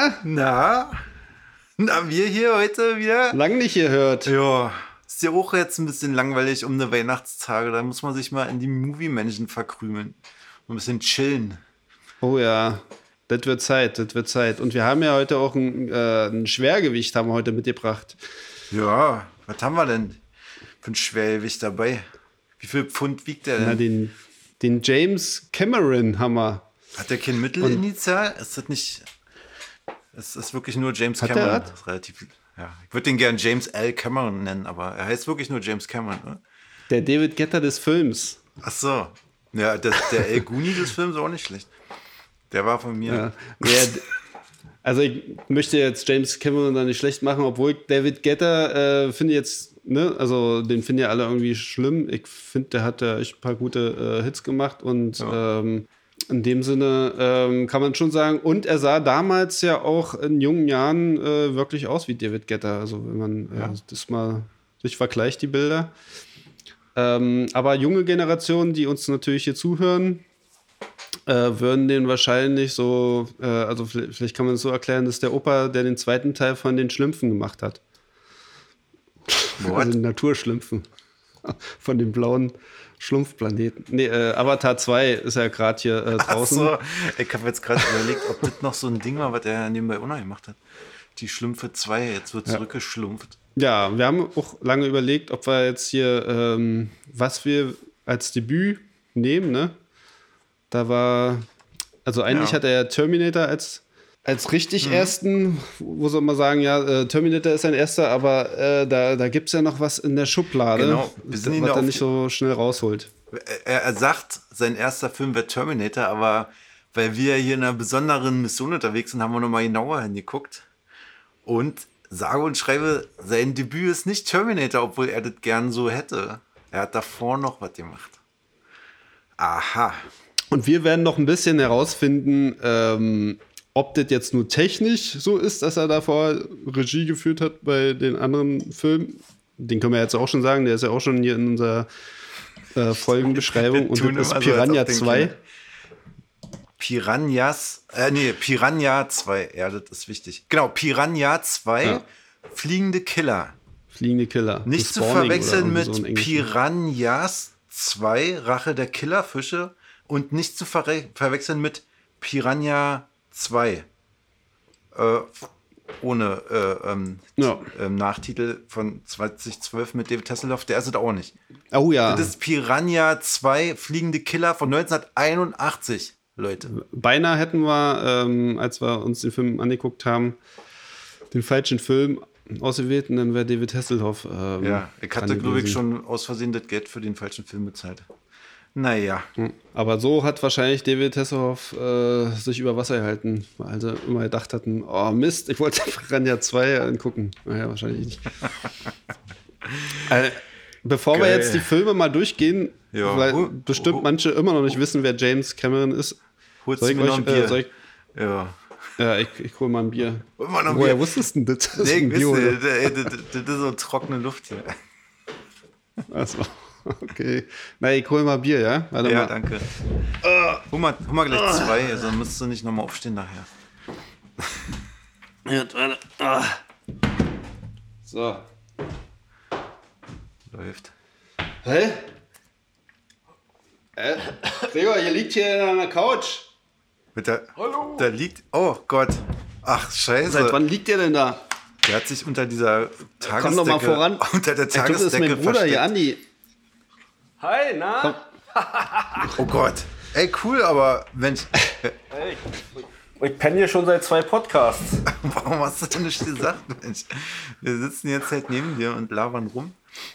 Na, wir hier heute wieder? Lang nicht gehört. Ja, ist ja auch jetzt ein bisschen langweilig um eine Weihnachtstage. Da muss man sich mal in die Movie-Menschen verkrümeln. Ein bisschen chillen. Oh ja, das wird Zeit. Und wir haben ja heute auch ein Schwergewicht haben wir heute mitgebracht. Ja, was haben wir denn für ein Schwergewicht dabei? Wie viel Pfund wiegt der denn? Na, den James Cameron haben wir. Hat der kein Mittelinitial? Ist das nicht... Es ist wirklich nur James Cameron. Hat er? Das ist relativ... Ja, ich würde den gern James L. Cameron nennen, aber er heißt wirklich nur James Cameron, oder? Der David Guetta des Films. Ach so. Ja, der El Guni des Films auch nicht schlecht. Der war von mir. Ja. Also ich möchte jetzt James Cameron da nicht schlecht machen, obwohl David Guetta finde jetzt, ne, also den finden ja alle irgendwie schlimm. Ich finde, der hat ja echt ein paar gute Hits gemacht und Ja. in dem Sinne kann man schon sagen, und er sah damals ja auch in jungen Jahren wirklich aus wie David Guetta. Also wenn man das mal sich vergleicht, die Bilder. Aber junge Generationen, die uns natürlich hier zuhören, würden den wahrscheinlich so, also vielleicht kann man es so erklären, das ist der Opa, der den zweiten Teil von den Schlümpfen gemacht hat. What? Also den Naturschlümpfen. Von dem blauen Schlumpfplaneten. Nee, Avatar 2 ist ja gerade hier draußen. Ach so, ich habe jetzt gerade überlegt, ob das noch so ein Ding war, was er nebenbei auch noch gemacht hat. Die Schlümpfe 2, jetzt wird zurückgeschlumpft. Ja, wir haben auch lange überlegt, ob wir jetzt hier, was wir als Debüt nehmen, ne? Da war, also eigentlich hat er Terminator als richtig ersten, wo soll man sagen, ja, Terminator ist sein erster, aber da gibt es ja noch was in der Schublade, Genau. Wir sind was er nicht so schnell rausholt. Er sagt, sein erster Film wäre Terminator, aber weil wir hier in einer besonderen Mission unterwegs sind, haben wir nochmal genauer hingeguckt. Und sage und schreibe, sein Debüt ist nicht Terminator, obwohl er das gern so hätte. Er hat davor noch was gemacht. Aha. Und wir werden noch ein bisschen herausfinden, ob das jetzt nur technisch so ist, dass er davor Regie geführt hat bei den anderen Filmen. Den können wir jetzt auch schon sagen, der ist ja auch schon hier in unserer Folgenbeschreibung. Und das ist Piranha 2. Piranha 2, ja, das ist wichtig. Genau, Piranha 2, Fliegende Killer. Fliegende Killer. Nicht zu verwechseln mit Piranhas 2, Rache der Killerfische. Und nicht zu verwechseln mit Piranha 2. Ohne Nachtitel von 2012 mit David Hasselhoff, der ist es auch nicht. Oh ja. Das ist Piranha 2, Fliegende Killer von 1981, Leute. Beinahe hätten wir, als wir uns den Film angeguckt haben, den falschen Film ausgewählt und dann wäre David Hasselhoff. Ich hatte, glaube ich, schon aus Versehen das Geld für den falschen Film bezahlt. Naja. Aber so hat wahrscheinlich David Hasselhoff sich über Wasser gehalten, weil sie immer gedacht hatten, oh Mist, ich wollte Piranha 2 angucken. Naja, wahrscheinlich nicht. Bevor wir jetzt die Filme mal durchgehen, weil bestimmt manche immer noch nicht wissen, wer James Cameron ist. Soll ich mir noch ein Bier? Ja, ich hol mal ein Bier. Woher wusstest du denn das? Nee, ich wusste, das ist so trockene Luft hier. Achso. Okay. Na, ich hol mal Bier, ja? Warte mal. Danke. Hol mal gleich 2, also müsstest du nicht nochmal aufstehen nachher. Ja, warte. So. Läuft. Hä? Gregor, hier liegt hier an der Couch. Hallo? Da liegt... Oh Gott. Ach, scheiße. Seit wann liegt der denn da? Der hat sich unter dieser Tagesdecke... Komm doch mal voran. Unter der Tagesdecke das ist mein Bruder hier, Andi. Hi, na? Oh Gott. Ey, cool, aber Mensch... Hey, ich penne hier schon seit 2 Podcasts. Warum hast du denn nicht gesagt, Mensch? Wir sitzen jetzt halt neben dir und labern rum.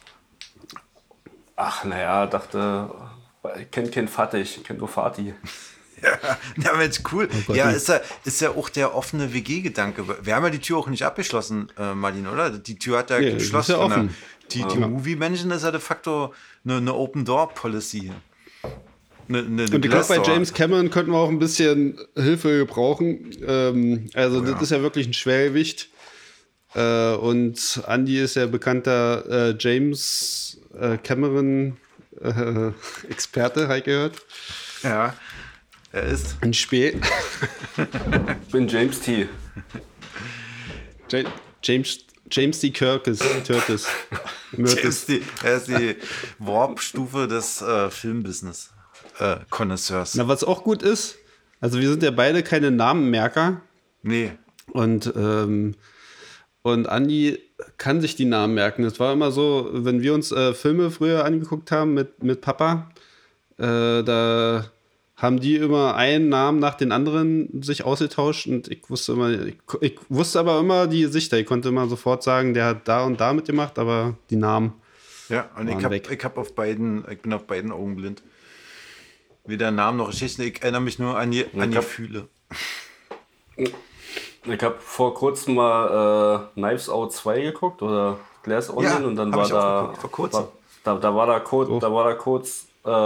Ach, naja, dachte, ich kenne keinen Vati, ich kenne nur Vati. Ja, Mensch, cool. Oh ja, ist ja auch der offene WG-Gedanke. Wir haben ja die Tür auch nicht abgeschlossen, Martin, oder? Die Tür hat ja geschlossen. Ist ja offen. Die Movie-Menschen ist ja de facto eine Open-Door-Policy. Und ich glaube, bei James Cameron könnten wir auch ein bisschen Hilfe gebrauchen. Das ist ja wirklich ein Schwergewicht. Und Andy ist ja bekannter James Cameron Experte, habe ich gehört. Ja. Er ist ein Spee. Ich bin James T. James D. Curtis. Er ist die Warp-Stufe des Filmbusiness. Connoisseurs. Na, was auch gut ist, also wir sind ja beide keine Namenmerker. Nee. Und Andi kann sich die Namen merken. Es war immer so, wenn wir uns Filme früher angeguckt haben mit Papa, da haben die immer einen Namen nach den anderen sich ausgetauscht und ich wusste aber immer die Gesichter. Ich konnte immer sofort sagen, der hat da und da mitgemacht, aber die Namen. Ja, und ich bin auf beiden Augen blind. Weder Namen noch Geschichten. Ich erinnere mich nur an die Gefühle. Ich habe vor kurzem mal Knives Out 2 geguckt oder Glass Onion und dann war da kurz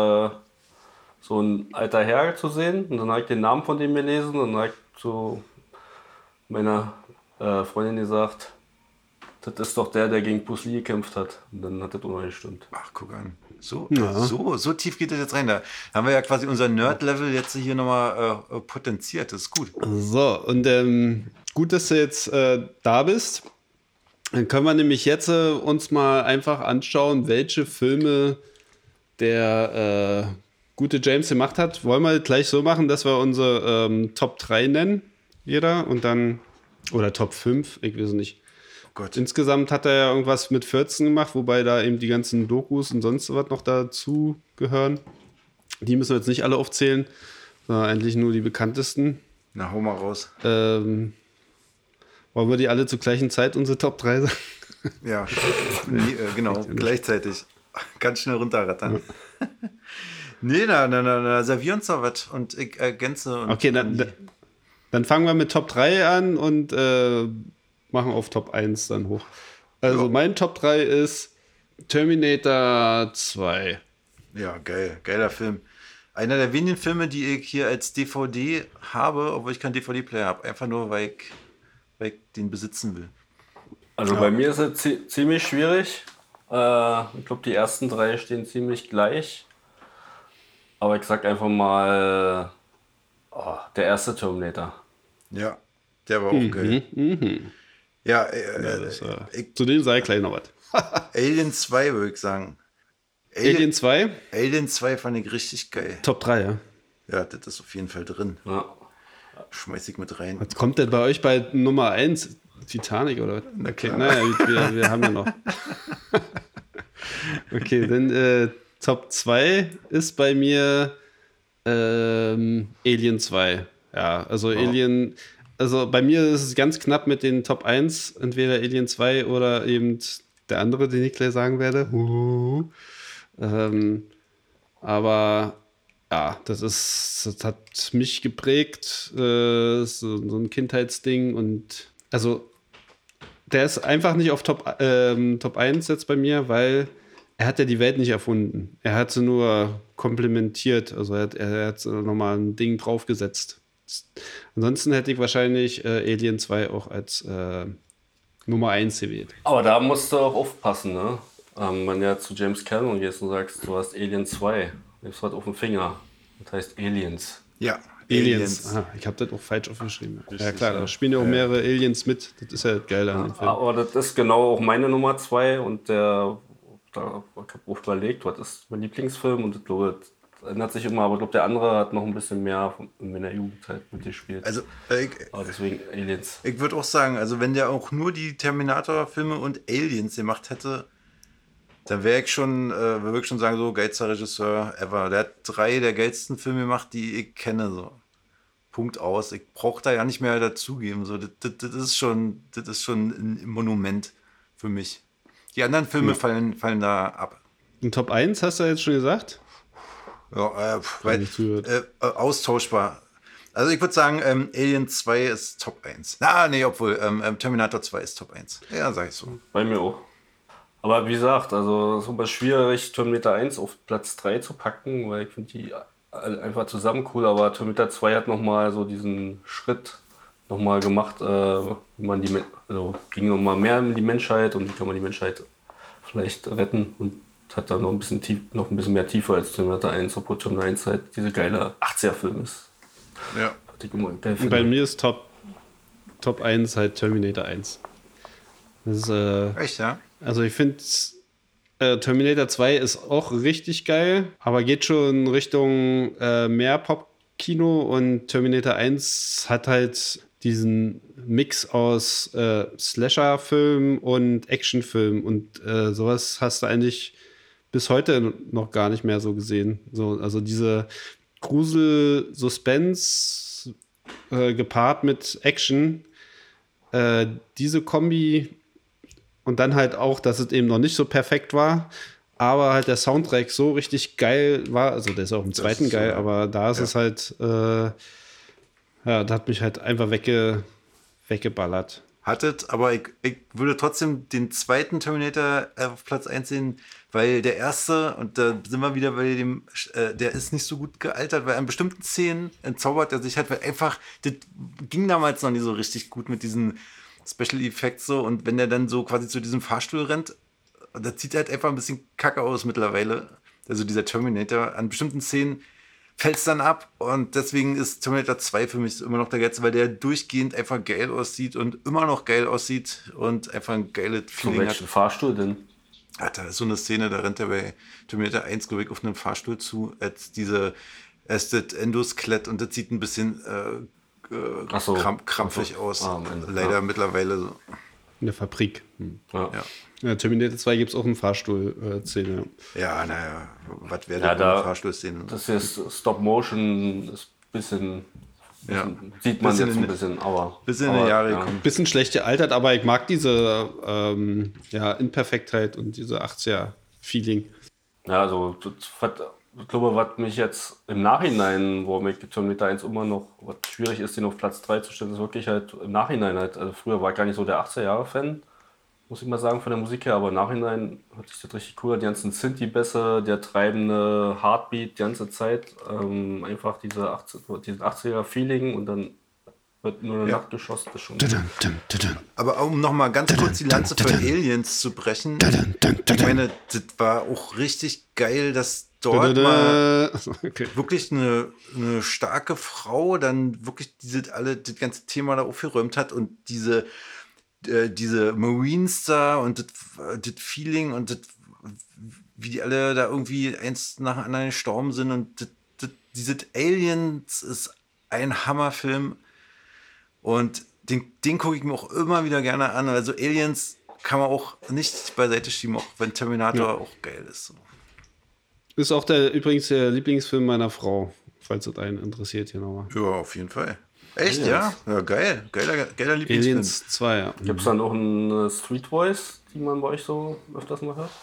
so ein alter Herr zu sehen und dann habe ich den Namen von dem gelesen und dann habe ich zu meiner Freundin gesagt, das ist doch der gegen Bruce Lee gekämpft hat. Und dann hat das auch noch nicht gestimmt. Ach, guck an. So tief geht das jetzt rein. Da haben wir ja quasi unser Nerd-Level jetzt hier nochmal potenziert. Das ist gut. So, und gut, dass du jetzt da bist. Dann können wir nämlich jetzt uns mal einfach anschauen, welche Filme der gute James gemacht hat. Wollen wir gleich so machen, dass wir unsere Top 3 nennen, jeder, und dann, oder Top 5, ich weiß nicht. Gott. Insgesamt hat er ja irgendwas mit 14 gemacht, wobei da eben die ganzen Dokus und sonst was noch dazu gehören. Die müssen wir jetzt nicht alle aufzählen, sondern eigentlich nur die bekanntesten. Na, hau mal raus. Wollen wir die alle zur gleichen Zeit, unsere Top 3 sagen? Ja, genau, gleichzeitig. Ganz schnell runterrattern. Ja. Nee, na, servier uns doch was und ich ergänze. Und okay, dann fangen wir mit Top 3 an und machen auf Top 1 dann hoch. Also mein Top 3 ist Terminator 2. Ja, geil. Geiler Film. Einer der wenigen Filme, die ich hier als DVD habe, obwohl ich keinen DVD-Player habe. Einfach nur, weil ich den besitzen will. Also bei mir ist es ziemlich schwierig. Ich glaube, die ersten 3 stehen ziemlich gleich. Aber ich sag einfach mal, der erste Terminator. Ja, der war auch geil. Ja, zu dem sei gleich noch was. Alien 2 würde ich sagen. Alien 2? Alien 2 fand ich richtig geil. Top 3, ja. Ja, das ist auf jeden Fall drin. Ja. Schmeiß ich mit rein. Was kommt denn bei euch bei Nummer 1? Titanic oder was? Okay, naja, wir haben ja noch. Okay, dann Top 2 ist bei mir Alien 2. Ja, also Alien, also bei mir ist es ganz knapp mit den Top 1, entweder Alien 2 oder eben der andere, den ich gleich sagen werde. Aber ja, das hat mich geprägt, so ein Kindheitsding und also der ist einfach nicht auf Top 1 jetzt bei mir, weil er hat ja die Welt nicht erfunden. Er hat sie nur komplementiert, also er hat nochmal ein Ding draufgesetzt. Ansonsten hätte ich wahrscheinlich Alien 2 auch als Nummer 1 gewählt. Aber da musst du auch aufpassen, ne? Wenn du ja zu James Cameron gehst und sagst, du hast Alien 2, nimmst du was auf den Finger. Das heißt Aliens. Ja, Aliens. Aha, ich habe das auch falsch aufgeschrieben. Ja klar, da spielen ja auch mehrere Aliens mit. Das ist ja geil an dem Film. Aber das ist genau auch meine Nummer 2 und ich habe auch überlegt, was ist mein Lieblingsfilm und ich glaube, das ändert sich immer, aber ich glaube, der andere hat noch ein bisschen mehr in meiner Jugendzeit mitgespielt. Also, aber deswegen Aliens. Ich würde auch sagen, also wenn der auch nur die Terminator-Filme und Aliens gemacht hätte, dann wäre ich schon, würde ich schon sagen, so geilster Regisseur ever. Der hat 3 der geilsten Filme gemacht, die ich kenne. So. Punkt aus. Ich brauche da ja nicht mehr dazugeben. So, das ist schon ein Monument für mich. Die anderen Filme fallen da ab. Und Top 1 hast du jetzt schon gesagt? Ja, austauschbar. Also ich würde sagen, Alien 2 ist Top 1. Obwohl, Terminator 2 ist Top 1. Ja, sag ich so. Bei mir auch. Aber wie gesagt, also es ist immer schwierig, Terminator 1 auf Platz 3 zu packen, weil ich finde die einfach zusammen cool, aber Terminator 2 hat nochmal so diesen Schritt nochmal gemacht, wie man ging nochmal mehr in die Menschheit und wie kann man die Menschheit vielleicht retten und hat dann noch ein bisschen mehr Tiefe als Terminator 1, obwohl Terminator 1 halt diese geile 80er-Film ist. Ja. Und bei mir ist Top 1 halt Terminator 1. Das ist, echt, ja? Also ich finde, Terminator 2 ist auch richtig geil, aber geht schon Richtung mehr Popkino, und Terminator 1 hat halt diesen Mix aus Slasher-Film und Actionfilm, und sowas hast du eigentlich bis heute noch gar nicht mehr so gesehen. So, also diese Grusel-Suspense gepaart mit Action, diese Kombi, und dann halt auch, dass es eben noch nicht so perfekt war, aber halt der Soundtrack so richtig geil war. Also der ist auch im zweiten geil, aber da ist es halt, da hat mich halt einfach weggeballert. Aber ich würde trotzdem den zweiten Terminator auf Platz 1 sehen, weil der erste, und da sind wir wieder bei dem, der ist nicht so gut gealtert, weil an bestimmten Szenen entzaubert er sich halt, weil einfach, das ging damals noch nicht so richtig gut mit diesen Special Effects so, und wenn der dann so quasi zu diesem Fahrstuhl rennt, das sieht halt einfach ein bisschen kacke aus mittlerweile. Also dieser Terminator, an bestimmten Szenen fällt es dann ab, und deswegen ist Terminator 2 für mich immer noch der geilste, weil der durchgehend einfach geil aussieht und immer noch geil aussieht und einfach ein geiles Feeling hat. Welchen Fahrstuhl denn? Alter, ist so eine Szene, da rennt er bei Terminator 1, glaube ich, auf einen Fahrstuhl zu, als das Endoskelett, und das sieht ein bisschen krampfig aus. Leider mittlerweile so. In der Fabrik. Ja, Terminator 2 gibt es auch eine Fahrstuhl-Szene. Ja, naja, was wäre denn eine Fahrstuhl-Szene? Das ist Stop-Motion, ist ein bisschen, sieht man jetzt ein bisschen, aber... Bisschen in die Jahre gekommen. Bisschen schlecht gealtert, aber ich mag diese Imperfektheit und diese 80er-Feeling. Ja, also ich glaube, was mich jetzt im Nachhinein, warum ich Terminator 1 immer noch, was schwierig ist, den auf Platz 3 zu stellen, ist wirklich halt im Nachhinein halt, also früher war ich gar nicht so der 80er-Jahre-Fan, muss ich mal sagen, von der Musik her, aber im Nachhinein hört sich das richtig cool an, die ganzen Synthie-Bässe, der treibende Heartbeat die ganze Zeit, einfach diesen 80er-Feeling, und dann wird nur eine Nacht geschossen, das schon. Aber um nochmal ganz kurz die Lanze für Aliens zu brechen, ich meine, das war auch richtig geil, dass dort mal wirklich eine starke Frau dann wirklich das ganze Thema da aufgeräumt hat, und diese Marines da und das Feeling und wie die alle da irgendwie eins nach dem anderen gestorben sind, und diese Aliens ist ein Hammerfilm, und den gucke ich mir auch immer wieder gerne an. Also Aliens kann man auch nicht beiseite schieben, auch wenn Terminator auch geil ist. So. Ist auch übrigens der Lieblingsfilm meiner Frau, falls das einen interessiert hier nochmal. Ja, auf jeden Fall. Echt, ja? Ja, geil. Geiler Lieblingsfilm. Aliens 2, ja. Gibt es da noch eine Street Voice, die man bei euch so öfters mal hört?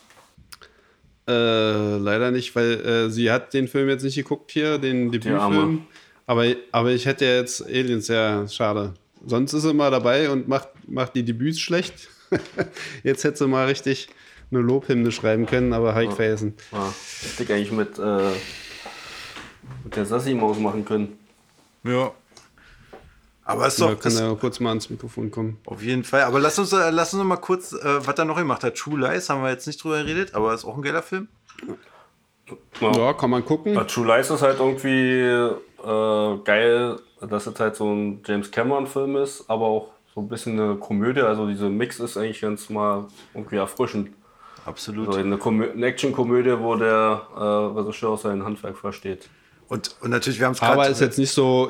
Leider nicht, weil sie hat den Film jetzt nicht geguckt hier, den Debütfilm. Aber ich hätte ja jetzt Aliens, ja, schade. Sonst ist sie mal dabei und macht die Debüts schlecht. Jetzt hätte sie mal richtig eine Lobhymne schreiben können, aber habe ich vergessen. Ja. Hätte ich eigentlich mit der Sassi-Maus machen können. Ja. Aber ist doch. Ja, kann ja kurz mal ans Mikrofon kommen. Auf jeden Fall. Aber lass uns noch mal kurz, was er noch gemacht hat. True Lies haben wir jetzt nicht drüber geredet, aber ist auch ein geiler Film. Ja, kann man gucken. Ja, True Lies ist halt irgendwie geil, dass es halt so ein James Cameron-Film ist, aber auch so ein bisschen eine Komödie. Also dieser Mix ist eigentlich ganz mal irgendwie erfrischend. Absolut. Also eine Action-Komödie, wo der Regisseur auch sein Handwerk versteht. Und natürlich, wir haben es gerade... Aber ist jetzt nicht so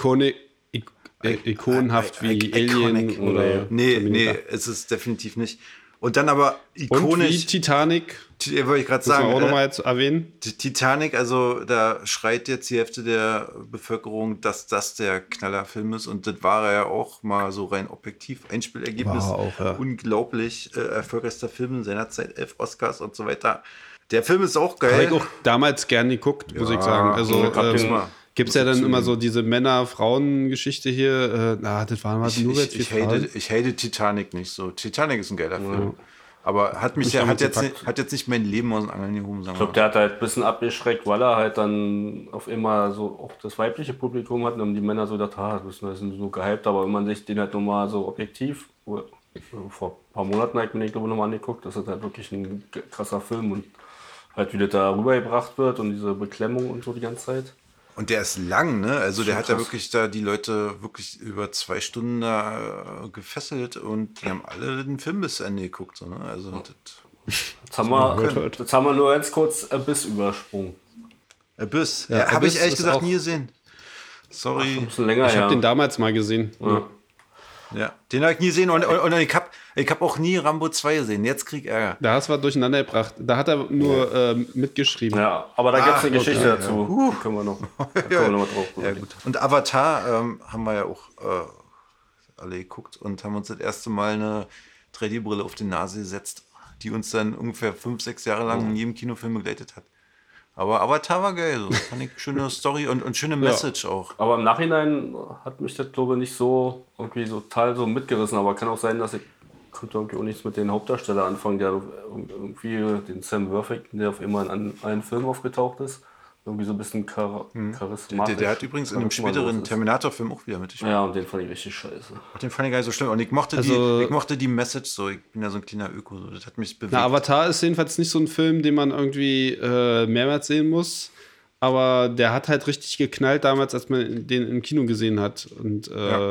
ikonhaft wie Alien oder... Nee, es ist definitiv nicht. Und dann aber ikonisch... Und wie Titanic... Wollte ich gerade sagen. Auch nochmal jetzt erwähnen. Titanic, also da schreit jetzt die Hälfte der Bevölkerung, dass das der Knallerfilm ist. Und das war ja auch mal so rein objektiv. Einspielergebnis. Auch, ja. Unglaublich erfolgreichster Film in seiner Zeit. 11 Oscars und so weiter. Der Film ist auch geil. Habe ich auch damals gern geguckt, muss ich sagen. Also gibt es ja dann immer so diese Männer-Frauen-Geschichte hier. Das war mal nur jetzt ich hate Titanic nicht so. Titanic ist ein geiler Film. Aber hat jetzt nicht mein Leben aus den Angeln gehoben. Ich glaube, der hat halt ein bisschen abgeschreckt, weil er halt dann auf immer so auch das weibliche Publikum hat, und haben die Männer so gedacht, das sind so gehypt, aber wenn man sich den halt nochmal so objektiv, vor ein paar Monaten habe ich mir den nochmal angeguckt, das ist halt wirklich ein krasser Film, und halt wie das da rübergebracht wird und diese Beklemmung und so die ganze Zeit. Und der ist lang, ne? Also der hat ja wirklich da die Leute wirklich über 2 Stunden da gefesselt und die haben alle den Film bis Ende geguckt. So, ne? Also jetzt haben wir nur ganz kurz Abyss übersprungen. Abyss? Ja, habe ich ehrlich gesagt nie gesehen. Sorry. Ich habe den damals mal gesehen. Ja, den habe ich nie gesehen und ich hab auch nie Rambo 2 gesehen. Jetzt krieg ich Ärger. Da hast du was durcheinander gebracht. Da hat er nur mitgeschrieben. Ja, aber da gibt es eine Geschichte dazu. Können wir noch mal drauf ja, gut. Und Avatar haben wir ja auch alle geguckt und haben uns das erste Mal eine 3D-Brille auf die Nase gesetzt, die uns dann ungefähr 5-6 Jahre lang in jedem Kinofilm begleitet hat. Aber Avatar war geil, so. Fand ich schöne Story und schöne Message auch. Aber im Nachhinein hat mich das, glaube ich, nicht so irgendwie so total so mitgerissen. Aber kann auch sein, dass ich konnte irgendwie auch nichts mit den Hauptdarsteller anfangen, der irgendwie den Sam Worthington, der auf immer in allen Filmen aufgetaucht ist. Irgendwie so ein bisschen charismatisch. Der hat übrigens in einem späteren Terminator-Film auch wieder mitgespielt. Ja, und den fand ich richtig scheiße. Den fand ich gar nicht so schlimm. Und ich mochte die Message so. Ich bin ja so ein kleiner Öko. So. Das hat mich bewegt. Avatar ist jedenfalls nicht so ein Film, den man irgendwie mehrmals sehen muss. Aber der hat halt richtig geknallt damals, als man den im Kino gesehen hat. Und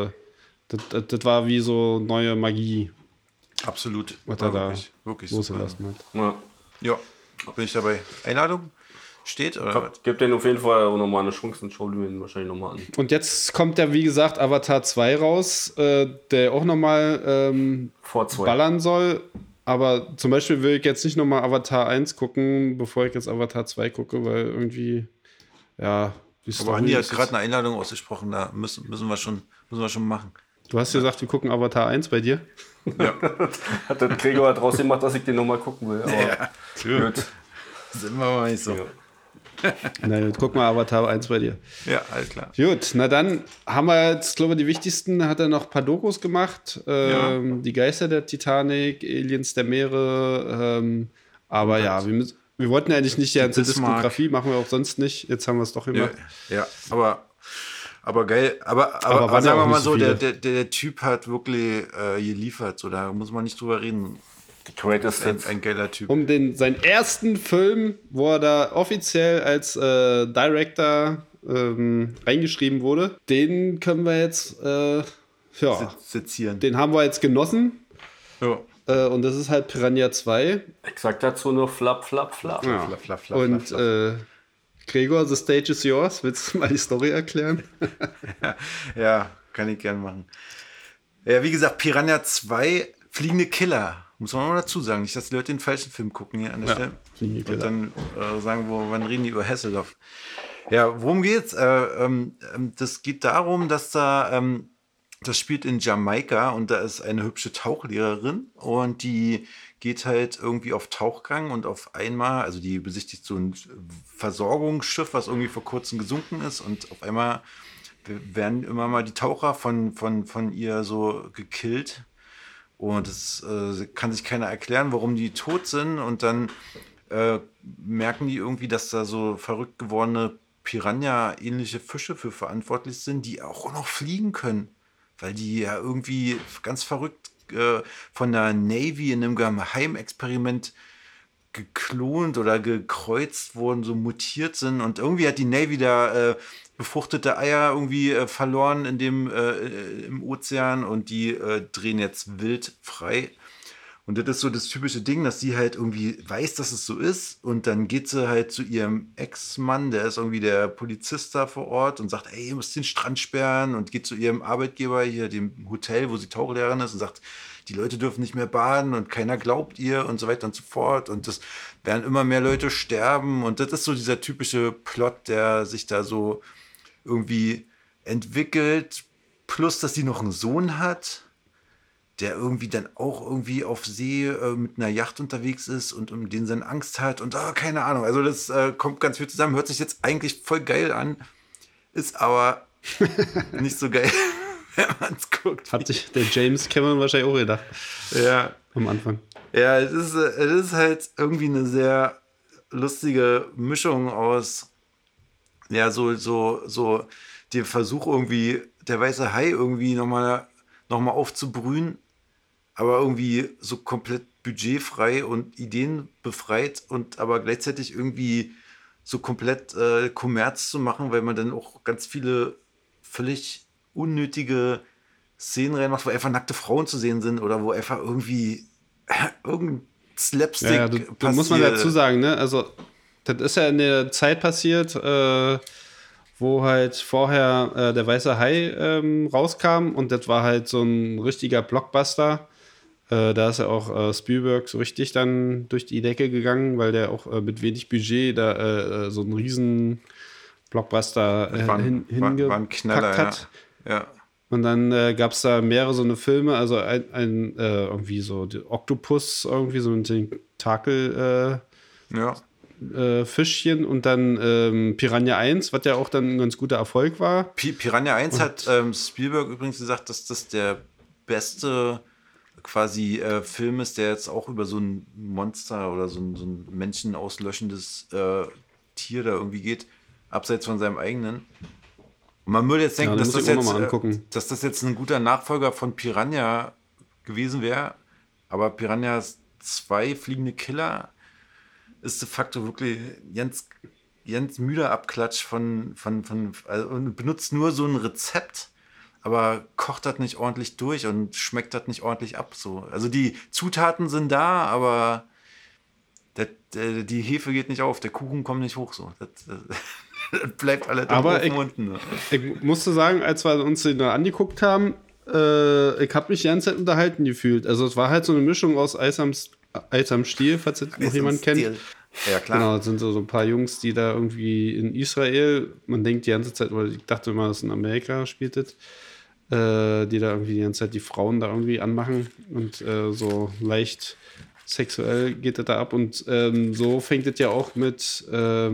das war wie so neue Magie. Absolut. Was er da wirklich losgelassen hat. Ja, bin ich dabei. Einladung? Steht? Oder Gibt den auf jeden Fall auch nochmal eine Chance und schau den wahrscheinlich nochmal an. Und jetzt kommt ja, wie gesagt, Avatar 2 raus, der auch nochmal ballern soll. Aber zum Beispiel will ich jetzt nicht nochmal Avatar 1 gucken, bevor ich jetzt Avatar 2 gucke, weil irgendwie, ja... Aber Andi hat gerade eine Einladung ausgesprochen, da müssen wir schon machen. Du hast gesagt, wir gucken Avatar 1 bei dir? Ja. Hat der Gregor draus gemacht, dass ich den nochmal gucken will. Aber gut. Sind wir mal nicht so. Ja. Na, guck mal Avatar 1 bei dir. Ja, alles klar. Gut, na dann haben wir jetzt, glaube ich, die wichtigsten. Hat er noch ein paar Dokus gemacht. Die Geister der Titanic, Aliens der Meere. Aber ja, wir wollten eigentlich nicht die ganze Diskografie, machen wir auch sonst nicht. Jetzt haben wir es doch immer. Ja, aber geil. Aber sagen wir mal so, der Typ hat wirklich geliefert. So, da muss man nicht drüber reden. Ein geiler Typ. Seinen ersten Film, wo er da offiziell als Director reingeschrieben wurde, den können wir jetzt sezieren. Den haben wir jetzt genossen. Ja. Und das ist halt Piranha 2. Ich sag dazu nur Flap, Flap, Flap. Ja. Und Gregor, the stage is yours. Willst du mal die Story erklären? Ja, kann ich gern machen. Ja, wie gesagt, Piranha 2, Fliegende Killer. Muss man mal dazu sagen, nicht, dass die Leute den falschen Film gucken hier an der Stelle. Und dann sagen, wann reden die über Hasselhoff? Ja, worum geht's? Das geht darum, dass das spielt in Jamaika und da ist eine hübsche Tauchlehrerin und die geht halt irgendwie auf Tauchgang und auf einmal, also die besichtigt so ein Versorgungsschiff, was irgendwie vor kurzem gesunken ist und auf einmal werden immer mal die Taucher von ihr so gekillt. Und es kann sich keiner erklären, warum die tot sind. Und dann merken die irgendwie, dass da so verrückt gewordene Piranha-ähnliche Fische für verantwortlich sind, die auch noch fliegen können. Weil die ja irgendwie ganz verrückt von der Navy in einem Geheimexperiment geklont oder gekreuzt wurden, so mutiert sind. Und irgendwie hat die Navy da befruchtete Eier irgendwie verloren im Ozean und die drehen jetzt wild frei. Und das ist so das typische Ding, dass sie halt irgendwie weiß, dass es so ist und dann geht sie halt zu ihrem Ex-Mann, der ist irgendwie der Polizist da vor Ort und sagt, ey, ihr müsst den Strand sperren und geht zu ihrem Arbeitgeber hier, dem Hotel, wo sie Tauchlehrerin ist und sagt, die Leute dürfen nicht mehr baden und keiner glaubt ihr und so weiter und so fort und das werden immer mehr Leute sterben und das ist so dieser typische Plot, der sich da so irgendwie entwickelt, plus dass sie noch einen Sohn hat, der irgendwie dann auch irgendwie auf See mit einer Yacht unterwegs ist und um den seine Angst hat und keine Ahnung. Also das kommt ganz viel zusammen, hört sich jetzt eigentlich voll geil an, ist aber nicht so geil, wenn man es guckt. Hat sich der James Cameron wahrscheinlich auch gedacht. Ja. Am Anfang. Ja, es ist halt irgendwie eine sehr lustige Mischung aus so der Versuch irgendwie, der weiße Hai irgendwie nochmal aufzubrühen, aber irgendwie so komplett budgetfrei und ideenbefreit und aber gleichzeitig irgendwie so komplett Kommerz zu machen, weil man dann auch ganz viele völlig unnötige Szenen reinmacht, wo einfach nackte Frauen zu sehen sind oder wo einfach irgendwie irgendein Slapstick passiert. Da muss man dazu sagen, ne? Also, das ist ja in der Zeit passiert, wo halt vorher der Weiße Hai rauskam und das war halt so ein richtiger Blockbuster. Da ist ja auch Spielberg so richtig dann durch die Decke gegangen, weil der auch mit wenig Budget da so einen riesen Blockbuster hingepackt hat. Ja. Und dann gab es da mehrere so eine Filme, also ein irgendwie so die Oktopus, irgendwie so ein Tentakel Fischchen und dann Piranha 1, was ja auch dann ein ganz guter Erfolg war. Piranha 1 hat Spielberg übrigens gesagt, dass das der beste quasi Film ist, der jetzt auch über so ein Monster oder so ein menschenauslöschendes Tier da irgendwie geht, abseits von seinem eigenen. Und man würde jetzt denken, dass das jetzt ein guter Nachfolger von Piranha gewesen wäre, aber Piranha 2, Fliegende Killer, ist de facto wirklich ganz müder Abklatsch also, und benutzt nur so ein Rezept, aber kocht das nicht ordentlich durch und schmeckt das nicht ordentlich ab. So. Also die Zutaten sind da, aber die Hefe geht nicht auf, der Kuchen kommt nicht hoch. So. Das bleibt alles unten. Ne? Ich musste sagen, als wir uns den da angeguckt haben, ich habe mich die ganze Zeit unterhalten gefühlt. Also es war halt so eine Mischung aus Eis am Stiel, falls das noch jemand kennt. Ja, klar. Genau, das sind so ein paar Jungs, die da irgendwie in Israel, man denkt die ganze Zeit, oder ich dachte immer, dass in Amerika spielt das, die da irgendwie die ganze Zeit die Frauen da irgendwie anmachen und so leicht sexuell geht das da ab. Und so fängt es ja auch mit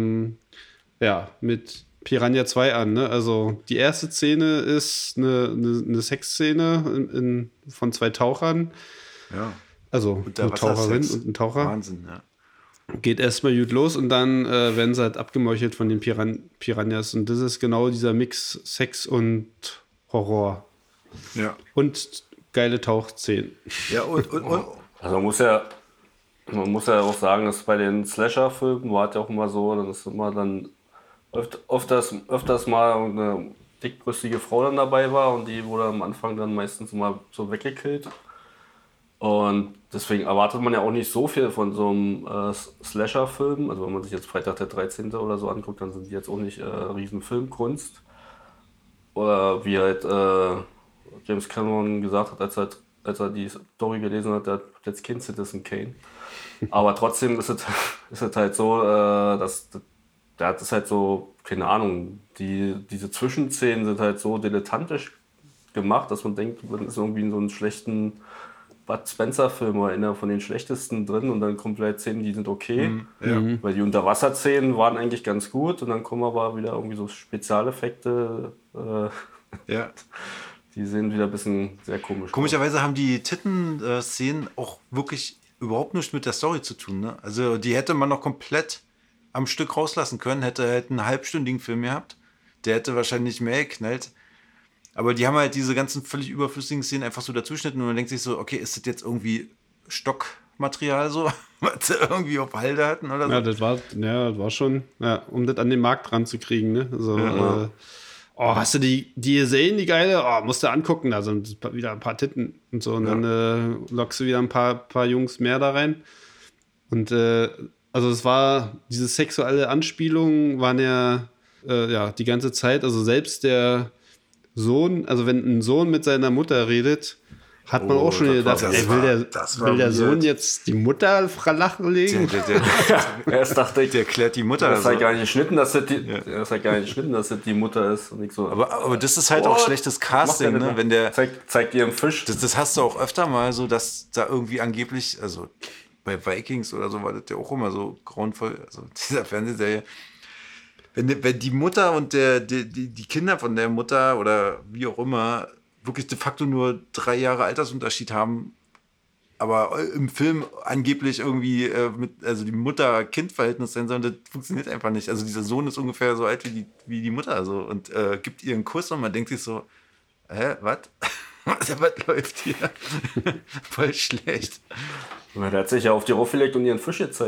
Piranha 2 an. Ne? Also die erste Szene ist eine Sexszene von 2 Tauchern. Ja. Also eine Taucherin und ein Taucher. Wahnsinn, ja. Geht erstmal gut los und dann werden sie halt abgemeuchelt von den Piranhas. Und das ist genau dieser Mix Sex und Horror. Ja. Und geile Tauchszenen. Ja, und also man muss ja auch sagen, dass bei den Slasher-Filmen war es ja auch immer so, dass immer dann öfters mal eine dickbrüstige Frau dann dabei war und die wurde am Anfang dann meistens immer so weggekillt. Und deswegen erwartet man ja auch nicht so viel von so einem Slasher-Film. Also wenn man sich jetzt Freitag der 13. oder so anguckt, dann sind die jetzt auch nicht riesen Filmkunst. Oder wie halt James Cameron gesagt hat, als er die Story gelesen hat, der hat jetzt kein Citizen Kane. Aber trotzdem ist es halt so, dass der hat es halt so, keine Ahnung, diese Zwischenszenen sind halt so dilettantisch gemacht, dass man denkt, man ist irgendwie in so einem schlechten Bud Spencer-Film oder einer von den schlechtesten drin und dann kommt vielleicht Szenen, die sind okay, weil die Unterwasserszenen waren eigentlich ganz gut und dann kommen aber wieder irgendwie so Spezialeffekte, die sehen wieder ein bisschen sehr komisch Komischerweise haben die Titten-Szenen auch wirklich überhaupt nichts mit der Story zu tun. Ne? Also die hätte man noch komplett am Stück rauslassen können, hätte halt einen halbstündigen Film gehabt, der hätte wahrscheinlich mehr geknallt. Aber die haben halt diese ganzen völlig überflüssigen Szenen einfach so dazuschnitten und man denkt sich so, okay, ist das jetzt irgendwie Stockmaterial so, was sie irgendwie auf Halde hatten oder so? Ja, das war schon, um das an den Markt ranzukriegen, ne? So, hast du die gesehen, die geile? Oh, musst du angucken, da sind wieder ein paar Titten und so und dann lockst du wieder ein paar Jungs mehr da rein. Und also es war, diese sexuelle Anspielungen waren ja die ganze Zeit, also selbst der Sohn, also wenn ein Sohn mit seiner Mutter redet, hat man auch schon gedacht, will der Sohn jetzt die Mutter flachen legen? Erst dachte ich, der klärt die Mutter. Das ist halt gar nicht geschnitten, dass das die Mutter ist. Und nicht so. Aber das ist halt auch schlechtes Casting, ne? Wenn der zeigt ihr einen Fisch. Das hast du auch öfter mal so, dass da irgendwie angeblich, also bei Vikings oder so war das ja auch immer so grauenvoll, also dieser Fernsehserie. Wenn die Mutter und die Kinder von der Mutter oder wie auch immer wirklich de facto nur 3 Jahre Altersunterschied haben, aber im Film angeblich irgendwie also die Mutter-Kind-Verhältnis sein soll, das funktioniert einfach nicht. Also dieser Sohn ist ungefähr so alt wie die Mutter so und gibt ihr einen Kuss und man denkt sich so, was? Was läuft hier? Voll schlecht. Der hat sich ja auf die raufgelegt und ihren Fisch gezeigt.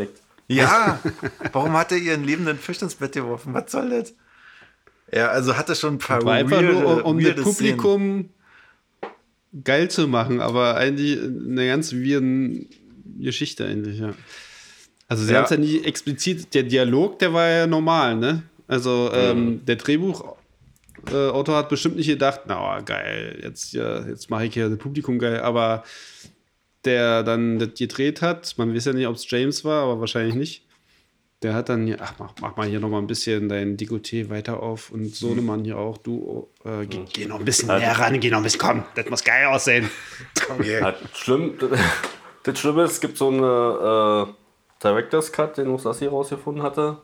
Ja, warum hat er ihren lebenden Fisch ins Bett geworfen? Was soll das? Ja, also hat er schon ein paar einfach nur, um das Publikum geil zu machen, aber eigentlich eine ganz weirde Geschichte eigentlich, ja. Also sie haben es ja nie explizit, der Dialog, der war ja normal, ne? Also der Drehbuchautor hat bestimmt nicht gedacht, na geil, jetzt mache ich hier das Publikum geil, aber der dann das gedreht hat, man weiß ja nicht, ob es James war, aber wahrscheinlich nicht, der hat dann, mach mal hier nochmal ein bisschen dein Dekolleté weiter auf und Sohnemann hier auch, du, geh noch ein bisschen näher ran, geh noch ein bisschen, komm, das muss geil aussehen. Okay. Das Schlimme ist, es gibt so eine Director's Cut, den Sassi rausgefunden hatte.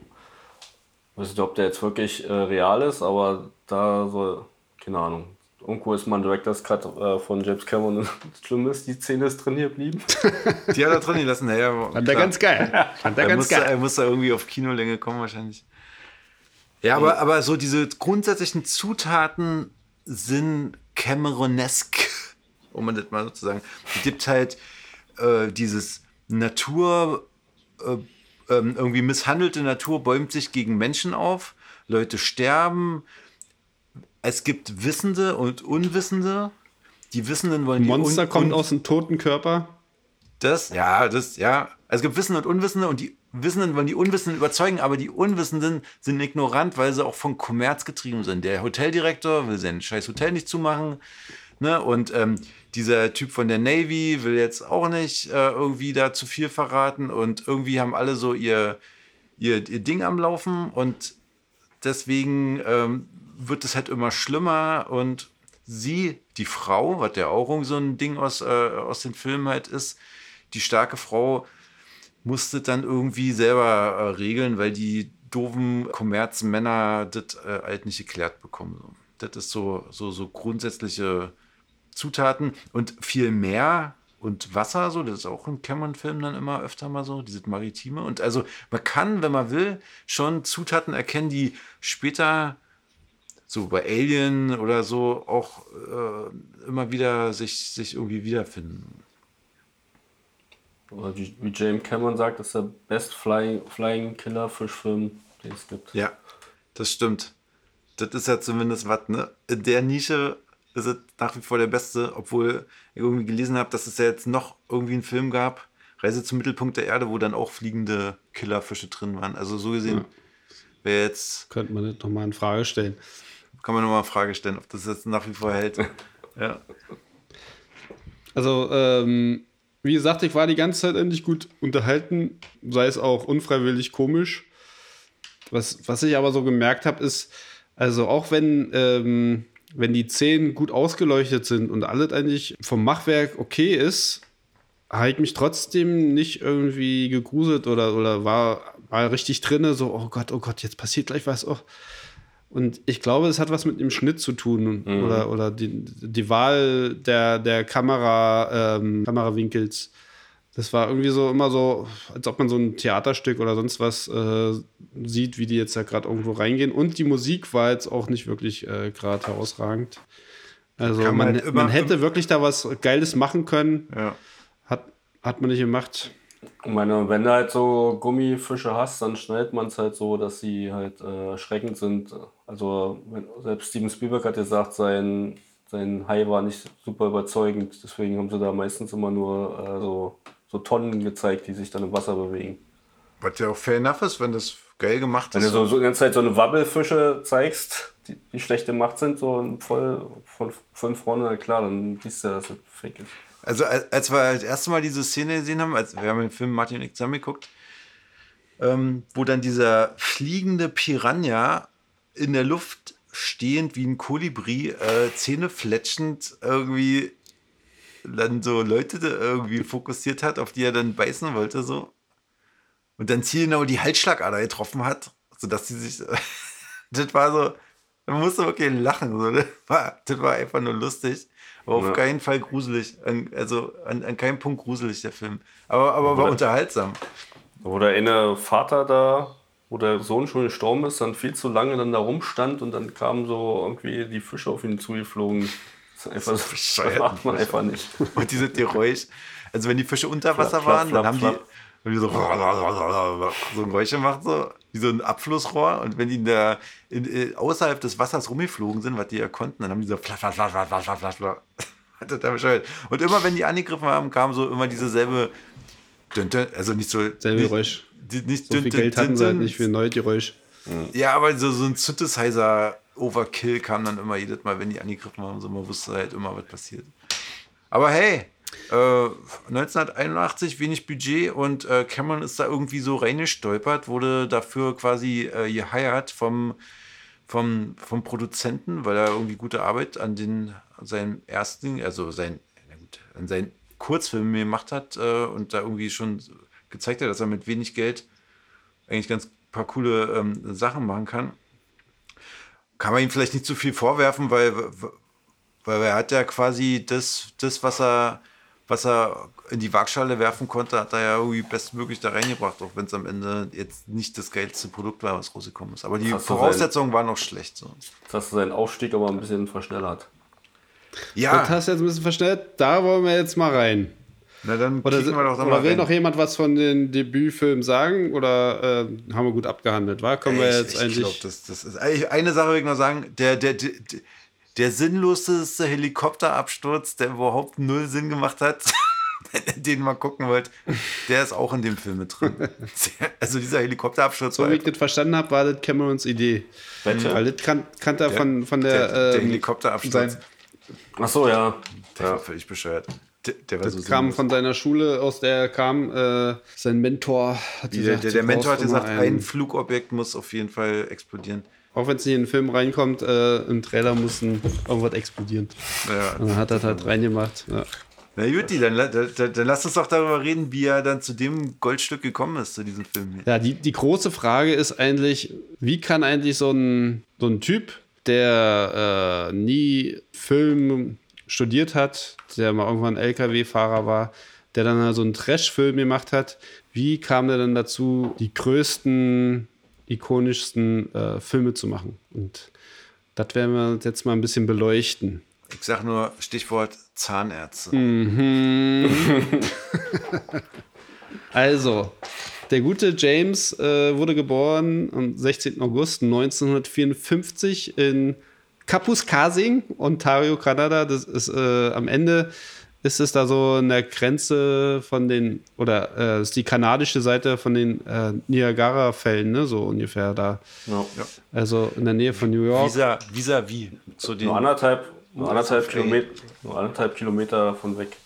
Ich weiß nicht, ob der jetzt wirklich real ist, aber da soll, keine Ahnung, irgendwo ist mal ein Director's Cut von James Cameron. Das Schlimme ist, die Szene ist drin geblieben. Die hat er drin gelassen, naja. Fand er ganz geil. Er muss da irgendwie auf Kinolänge kommen wahrscheinlich. Ja, aber so diese grundsätzlichen Zutaten sind Cameronesque, um man das mal so zu sagen. Es gibt halt dieses Natur, irgendwie misshandelte Natur bäumt sich gegen Menschen auf, Leute sterben, es gibt Wissende und Unwissende. Die Wissenden wollen die Monster kommt aus dem toten Körper. Also es gibt Wissende und Unwissende und die Wissenden wollen die Unwissenden überzeugen, aber die Unwissenden sind ignorant, weil sie auch von Kommerz getrieben sind. Der Hoteldirektor will sein scheiß Hotel nicht zumachen, ne? Und dieser Typ von der Navy will jetzt auch nicht irgendwie da zu viel verraten und irgendwie haben alle so ihr Ding am Laufen und deswegen wird es halt immer schlimmer und sie, die Frau, was ja auch so ein Ding aus den Filmen halt ist, die starke Frau musste dann irgendwie selber regeln, weil die doofen Kommerzmänner das halt nicht geklärt bekommen. Das ist so grundsätzliche Zutaten und viel Meer und Wasser, so, das ist auch in Cameron-Filmen dann immer öfter mal so, dieses Maritime. Und also man kann, wenn man will, schon Zutaten erkennen, die später so bei Alien oder so auch immer wieder sich irgendwie wiederfinden. Oder wie James Cameron sagt, das ist der best Flying Killer Fischfilm, den es gibt. Ja, das stimmt. Das ist ja zumindest was, ne? In der Nische ist es nach wie vor der beste, obwohl ich irgendwie gelesen habe, dass es ja jetzt noch irgendwie einen Film gab, Reise zum Mittelpunkt der Erde, wo dann auch fliegende Killerfische drin waren. Also so gesehen wäre jetzt... Könnte man das nochmal in Frage stellen. Kann man nochmal in Frage stellen, ob das jetzt nach wie vor hält. Ja. Also, wie gesagt, ich war die ganze Zeit endlich gut unterhalten, sei es auch unfreiwillig komisch. Was ich aber so gemerkt habe, ist, also auch wenn die Szenen gut ausgeleuchtet sind und alles eigentlich vom Machwerk okay ist, habe ich mich trotzdem nicht irgendwie gegruselt oder war richtig drinne, so, oh Gott, jetzt passiert gleich was. Oh. Und ich glaube, es hat was mit dem Schnitt zu tun oder die Wahl der Kamerawinkels. Das war irgendwie so immer so, als ob man so ein Theaterstück oder sonst was sieht, wie die jetzt ja gerade irgendwo reingehen. Und die Musik war jetzt auch nicht wirklich gerade herausragend. Also man hätte wirklich da was Geiles machen können. Ja. Hat man nicht gemacht. Ich meine, wenn du halt so Gummifische hast, dann schneidet man es halt so, dass sie halt erschreckend sind. Also selbst Steven Spielberg hat gesagt, sein Hai war nicht super überzeugend. Deswegen haben sie da meistens immer nur so Tonnen gezeigt, die sich dann im Wasser bewegen. Was ja auch fair enough ist, wenn das geil gemacht ist. Wenn du so die ganze Zeit so eine Wabbelfische zeigst, die schlecht gemacht sind, so voll von vorne, na klar, dann siehst du, dass das fake ist. Also als wir das erste Mal diese Szene gesehen haben, wir haben den Film Martin und ich zusammen geguckt, wo dann dieser fliegende Piranha in der Luft stehend wie ein Kolibri, zähnefletschend irgendwie dann so Leute irgendwie fokussiert hat, auf die er dann beißen wollte, so. Und dann zielgenau die Halsschlagader getroffen hat, sodass sie sich... das war so... Man musste wirklich lachen. So. Das war einfach nur lustig. Aber auf keinen Fall gruselig. Also an keinem Punkt gruselig, der Film. Aber war unterhaltsam. Wo der eine Vater da, wo der Sohn schon gestorben ist, dann viel zu lange dann da rumstand und dann kamen so irgendwie die Fische auf ihn zugeflogen. Das ist einfach so, das macht man einfach nicht. Und diese Geräusch. Also wenn die Fische unter Wasser waren, dann Und die so ein Geräusch macht, so wie so ein Abflussrohr. Und wenn die außerhalb des Wassers rumgeflogen sind, was die ja konnten, dann haben die so flasch. Und immer wenn die angegriffen haben, kam so immer dieselbe, also nicht so... Selbe Geräusch. Nicht so viel Geld hatten sie halt nicht für ein neues Geräusch. Ja, aber so ein Synthesizer-Overkill kam dann immer jedes Mal, wenn die angegriffen haben. So, man wusste halt immer, was passiert. Aber hey, 1981, wenig Budget und Cameron ist da irgendwie so reingestolpert, wurde dafür quasi geheiert vom Produzenten, weil er irgendwie gute Arbeit an seinem ersten, also an seinen Kurzfilmen gemacht hat und da irgendwie schon gezeigt hat, dass er mit wenig Geld eigentlich ganz paar coole Sachen machen kann. Kann man ihm vielleicht nicht zu viel vorwerfen, weil er hat ja quasi das was er in die Waagschale werfen konnte, hat er ja irgendwie bestmöglich da reingebracht, auch wenn es am Ende jetzt nicht das geilste Produkt war, was rausgekommen ist. Aber die Voraussetzungen waren noch schlecht. So. Das hast du seinen Aufstieg aber ein bisschen verschnellert. Ja. Das hast du jetzt ein bisschen verschnellt. Da wollen wir jetzt mal rein. Na, dann oder will noch jemand was von den Debütfilmen sagen? Oder haben wir gut abgehandelt? Kommen wir jetzt eigentlich... Ich glaube, das ist... Eine Sache will ich noch sagen. Der sinnloseste Helikopterabsturz, der überhaupt null Sinn gemacht hat, den mal gucken wollt, der ist auch in dem Film mit drin. Also dieser Helikopterabsturz. So wie ich das verstanden habe, war das Camerons Idee. Welche? Weil das kannte er von der Helikopterabsturz. Ach so, ja. Der war völlig bescheuert. Der war das so kam von seiner Schule, aus der er kam. Sein Mentor hat gesagt, der Mentor hat gesagt, ein Flugobjekt muss auf jeden Fall explodieren. Auch wenn es nicht in den Film reinkommt, im Trailer muss irgendwas explodieren. Ja. Und dann hat er halt reingemacht. Ja. Na Juti, dann lass uns doch darüber reden, wie er dann zu dem Goldstück gekommen ist, zu diesem Film. Ja, die große Frage ist eigentlich, wie kann eigentlich so ein Typ, der nie Film studiert hat, der mal irgendwann LKW-Fahrer war, der dann so einen Trash-Film gemacht hat, wie kam der dann dazu, die größten, ikonischsten Filme zu machen? Und das werden wir jetzt mal ein bisschen beleuchten. Ich sag nur Stichwort Zahnärzte. Also, der gute James wurde geboren am 16. August 1954 in Kapuskasing, Ontario, Kanada. Das ist am Ende ist es da so in der Grenze von den, oder ist die kanadische Seite von den Niagara-Fällen, ne? So ungefähr da. Ja. Also in der Nähe von New York. Vis-à-vis. Zu den nur anderthalb Kilometer von weg.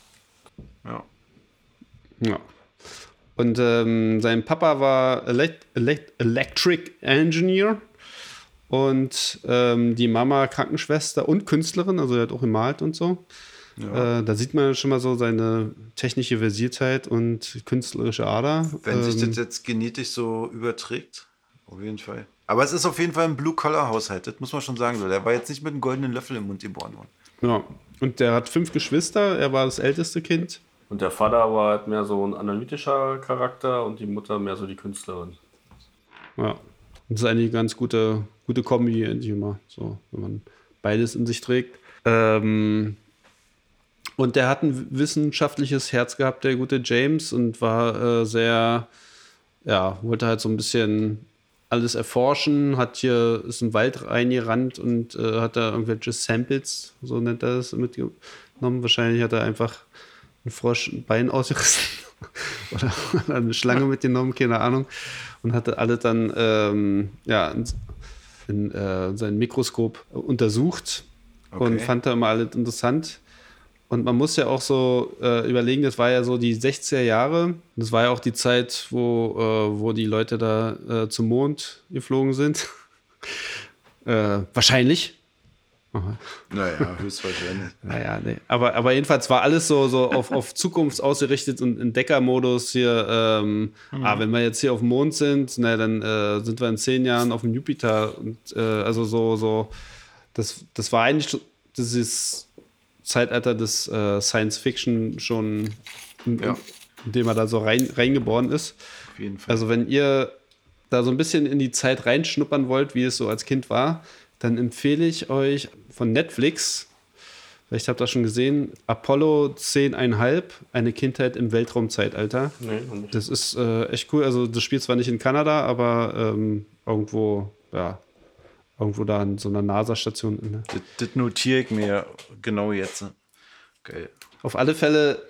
Ja. Und sein Papa war Electric Engineer und die Mama Krankenschwester und Künstlerin, also er hat auch gemalt und so. Ja. Da sieht man schon mal so seine technische Versiertheit und künstlerische Ader. Wenn sich das jetzt genetisch so überträgt, auf jeden Fall. Aber es ist auf jeden Fall ein Blue-Collar-Haushalt, das muss man schon sagen. Der war jetzt nicht mit einem goldenen Löffel im Mund geboren worden. Ja, und der hat 5 Geschwister, er war das älteste Kind. Und der Vater war halt mehr so ein analytischer Charakter und die Mutter mehr so die Künstlerin. Ja, das ist eigentlich eine ganz gute Kombi, endlich immer, so, wenn man beides in sich trägt. Und der hat ein wissenschaftliches Herz gehabt, der gute James, und war wollte halt so ein bisschen alles erforschen, ist in den Wald reingerannt und hat da irgendwelche Samples, so nennt er das, mitgenommen. Wahrscheinlich hat er einfach einen Frosch ein Bein ausgerissen oder eine Schlange mitgenommen, keine Ahnung. Und hatte alle dann in sein Mikroskop untersucht und fand da immer alles interessant. Und man muss ja auch so überlegen, das war ja so die 60er Jahre. Das war ja auch die Zeit, wo die Leute da zum Mond geflogen sind. Wahrscheinlich. Aha. Naja, höchstwahrscheinlich. Naja, nee. Aber jedenfalls war alles so auf Zukunft ausgerichtet und Entdeckermodus hier. Wenn wir jetzt hier auf dem Mond sind, dann sind wir in 10 Jahren auf dem Jupiter. Und also das war eigentlich dieses Zeitalter des Science Fiction schon, in dem er da so reingeboren ist. Auf jeden Fall. Also wenn ihr da so ein bisschen in die Zeit reinschnuppern wollt, wie es so als Kind war, dann empfehle ich euch von Netflix Vielleicht habt ihr das schon gesehen. Apollo 10,5, eine Kindheit im Weltraumzeitalter. Nee, nicht. Das ist echt cool. Also das spielt zwar nicht in Kanada, aber irgendwo da an so einer NASA-Station. Ne? Das notiere ich mir genau jetzt. Geil. Auf alle Fälle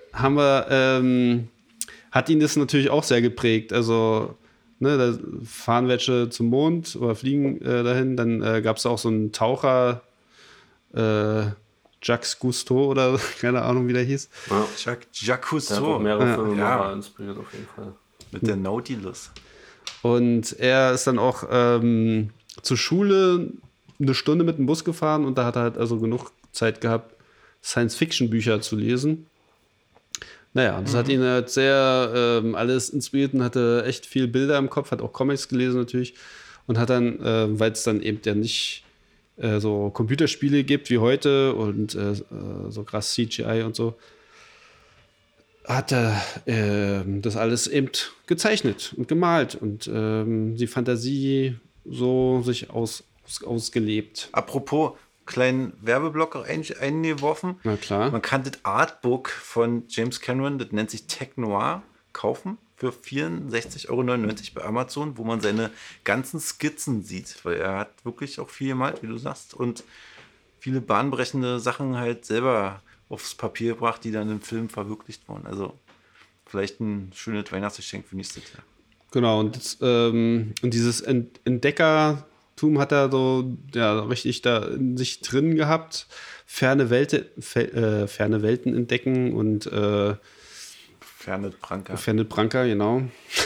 hat ihn das natürlich auch sehr geprägt. Also, ne, da fahren welche zum Mond oder fliegen dahin. Dann gab es auch so einen Taucher, Jacques Cousteau oder keine Ahnung, wie der hieß. Ja. Jacques Cousteau. Der hat auch mehrere Filme inspiriert auf jeden Fall. Mit der Nautilus. Und er ist dann auch zur Schule eine Stunde mit dem Bus gefahren und da hat er halt also genug Zeit gehabt, Science-Fiction-Bücher zu lesen. Naja, das hat ihn halt sehr alles inspiriert und hatte echt viel Bilder im Kopf, hat auch Comics gelesen natürlich und hat dann, weil es dann eben ja nicht so Computerspiele gibt wie heute und so krass CGI und so, hat er das alles eben gezeichnet und gemalt und die Fantasie so sich ausgelebt. Apropos kleinen Werbeblock eingeworfen. Na klar. Man kann das Artbook von James Cameron, das nennt sich Tech Noir, kaufen für 64,99 € bei Amazon, wo man seine ganzen Skizzen sieht, weil er hat wirklich auch viel gemalt, wie du sagst, und viele bahnbrechende Sachen halt selber aufs Papier gebracht, die dann im Film verwirklicht wurden. Also vielleicht ein schönes Weihnachtsgeschenk für nächstes Jahr. Genau, und dieses Entdeckertum hat er so richtig da in sich drin gehabt. Ferne Welten entdecken und Fernet Branca. Fernet Branca, genau.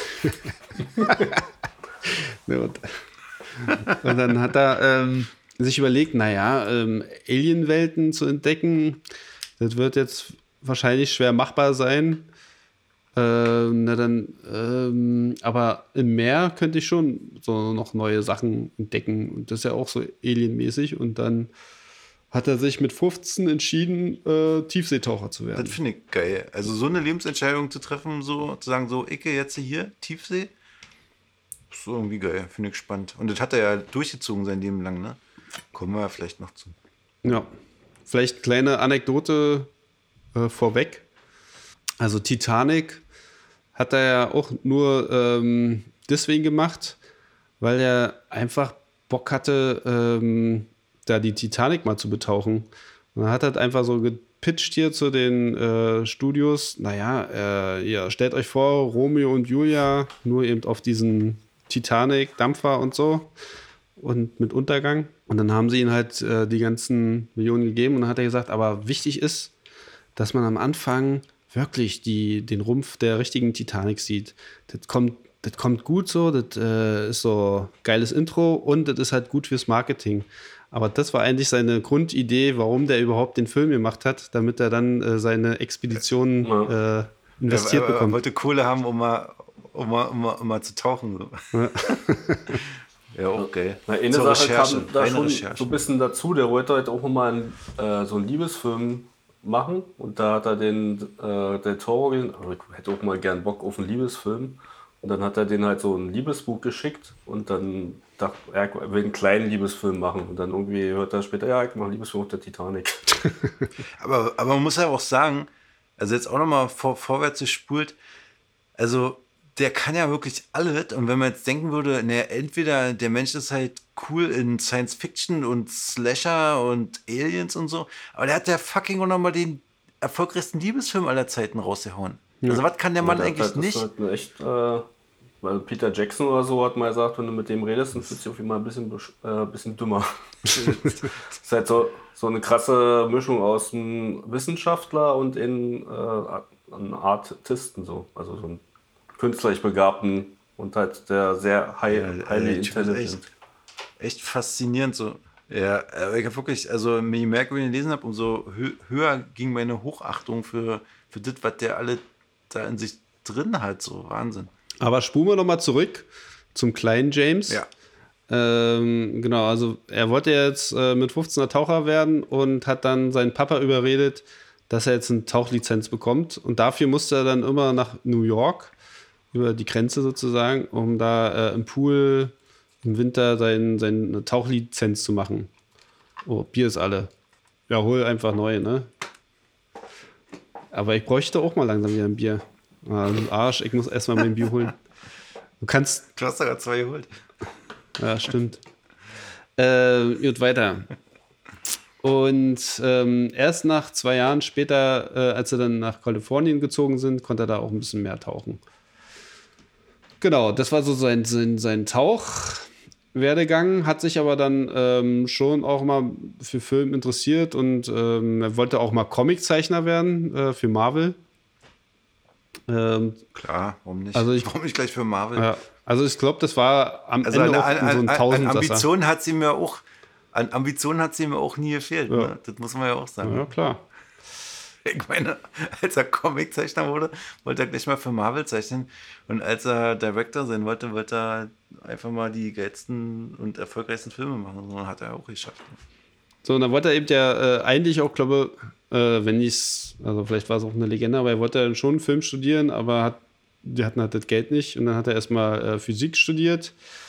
Und dann hat er sich überlegt, Alienwelten zu entdecken, das wird jetzt wahrscheinlich schwer machbar sein. Aber im Meer könnte ich schon so noch neue Sachen entdecken. Und das ist ja auch so alienmäßig. Und dann hat er sich mit 15 entschieden, Tiefseetaucher zu werden. Das finde ich geil. Also so eine Lebensentscheidung zu treffen, so zu sagen, so, ich gehe jetzt hier, Tiefsee, ist so irgendwie geil, finde ich spannend. Und das hat er ja durchgezogen sein Leben lang, ne? Kommen wir ja vielleicht noch zu. Ja, vielleicht kleine Anekdote vorweg. Also Titanic hat er ja auch nur deswegen gemacht, weil er einfach Bock hatte, da die Titanic mal zu betauchen. Und er hat halt einfach so gepitcht hier zu den Studios, stellt euch vor, Romeo und Julia, nur eben auf diesen Titanic-Dampfer und so und mit Untergang. Und dann haben sie ihm halt die ganzen Millionen gegeben und dann hat er gesagt, aber wichtig ist, dass man am Anfang wirklich den Rumpf der richtigen Titanic sieht. Das kommt gut so, das ist so geiles Intro und das ist halt gut fürs Marketing. Aber das war eigentlich seine Grundidee, warum der überhaupt den Film gemacht hat, damit er dann seine Expedition investiert bekommt. Er wollte Kohle haben, um mal zu tauchen. So. Ja. Ja, okay. Na, eine Sache kam da schon so ein bisschen dazu. Der wollte halt auch mal so einen Liebesfilm machen. Und da hat er der Toro gesehen, ich hätte auch mal gern Bock auf einen Liebesfilm. Und dann hat er den halt so ein Liebesbuch geschickt und dann dachte er, will einen kleinen Liebesfilm machen. Und dann irgendwie hört er später, ich mache einen Liebesfilm auf der Titanic. aber man muss ja auch sagen, also jetzt auch nochmal vorwärts gespult, also der kann ja wirklich alles. Und wenn man jetzt denken würde, entweder der Mensch ist halt cool in Science Fiction und Slasher und Aliens und so, aber der hat ja fucking auch nochmal den erfolgreichsten Liebesfilm aller Zeiten rausgehauen. Ja. Also was kann der Mann eigentlich das nicht? Ist halt echt, weil Peter Jackson oder so hat mal gesagt, wenn du mit dem redest, dann fühlst du dich auf jeden Fall ein bisschen dümmer. Das ist halt so eine krasse Mischung aus einem Wissenschaftler und einem Artisten so. Also so ein künstlerisch Begabten und halt der sehr highly intelligent. Echt faszinierend so. Ja, aber ich habe wirklich, also je mehr ich gelesen habe, umso höher ging meine Hochachtung für das, was der alle da in sich drin hat. So Wahnsinn. Aber spulen wir nochmal zurück zum kleinen James. Ja. Genau, also er wollte jetzt mit 15er Taucher werden und hat dann seinen Papa überredet, dass er jetzt eine Tauchlizenz bekommt. Und dafür musste er dann immer nach New York, über die Grenze sozusagen, um da im Pool im Winter seine Tauchlizenz zu machen. Oh, Bier ist alle. ja, hol einfach neu, ne? Aber ich bräuchte auch mal langsam wieder ein Bier. Ah, du Arsch, ich muss erstmal mein Bier holen. Du hast sogar 2 geholt. Ja, stimmt. Gut, weiter. Und erst nach 2 Jahren später, als sie dann nach Kalifornien gezogen sind, konnte er da auch ein bisschen mehr tauchen. Genau, das war so sein Tauchwerdegang, hat sich aber dann schon auch mal für Film interessiert und er wollte auch mal Comiczeichner werden für Marvel. Klar, warum nicht? Also warum nicht gleich für Marvel? Ja, also ich glaube, das war am Ende auch so ein Tausendsasser. An Ambitionen hat sie mir auch nie gefehlt. Ja. Ne? Das muss man ja auch sagen. Ja, klar. Ich meine, als er Comiczeichner wurde, wollte er gleich mal für Marvel zeichnen. Und als er Director sein wollte, wollte er einfach mal die geilsten und erfolgreichsten Filme machen. Und hat er auch geschafft. So, und dann wollte er eben eigentlich auch, glaube ich, also vielleicht war es auch eine Legende, aber er wollte dann schon Film studieren, aber die hatten halt das Geld nicht. Und dann hat er erstmal Physik studiert.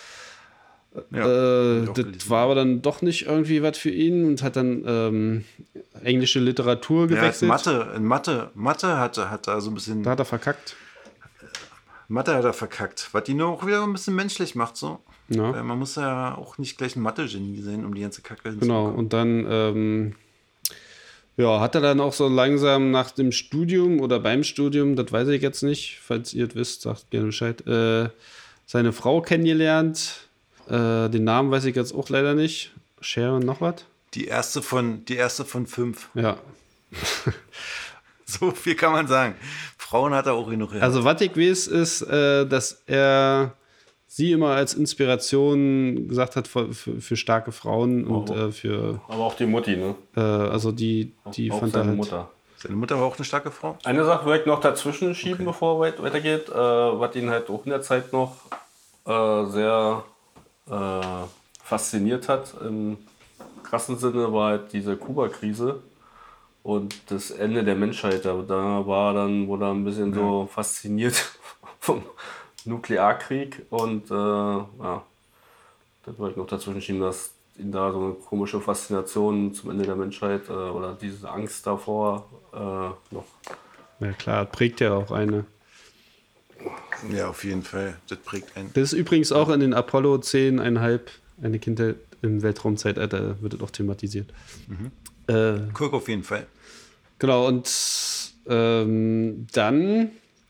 Ja, das war aber dann doch nicht irgendwie was für ihn und hat dann englische Literatur gewechselt. Ja, Mathe hat er so ein bisschen. Da hat er verkackt. Mathe hat er verkackt, was ihn auch wieder ein bisschen menschlich macht, so. Ja. Weil man muss ja auch nicht gleich ein Mathe-Genie sein, um die ganze Kacke hinzubekommen. Genau, und dann hat er dann auch so langsam nach dem Studium oder beim Studium, das weiß ich jetzt nicht, falls ihr es wisst, sagt gerne Bescheid, seine Frau kennengelernt. Den Namen weiß ich jetzt auch leider nicht. Sharon noch was? Die erste von 5. Ja. So viel kann man sagen. Frauen hat er auch genug. Also was ich weiß, ist, dass er sie immer als Inspiration gesagt hat für starke Frauen und für. Aber auch die Mutti, ne? Also die auch fand seine halt, Mutter. Seine Mutter war auch eine starke Frau? Eine Sache würde ich noch dazwischen schieben, bevor es weitergeht, was ihn halt auch in der Zeit noch sehr fasziniert hat. Im krassen Sinne war halt diese Kuba-Krise und das Ende der Menschheit. Da wurde er ein bisschen so fasziniert vom Nuklearkrieg und das wollte ich noch dazwischen schieben, dass ihn da so eine komische Faszination zum Ende der Menschheit oder diese Angst davor noch. Ja klar, prägt ja auch eine. Ja, auf jeden Fall. Das prägt einen. Das ist übrigens auch in den Apollo 10,5, eine Kindheit im Weltraumzeitalter, wird das auch thematisiert. Guck auf jeden Fall. Genau, und dann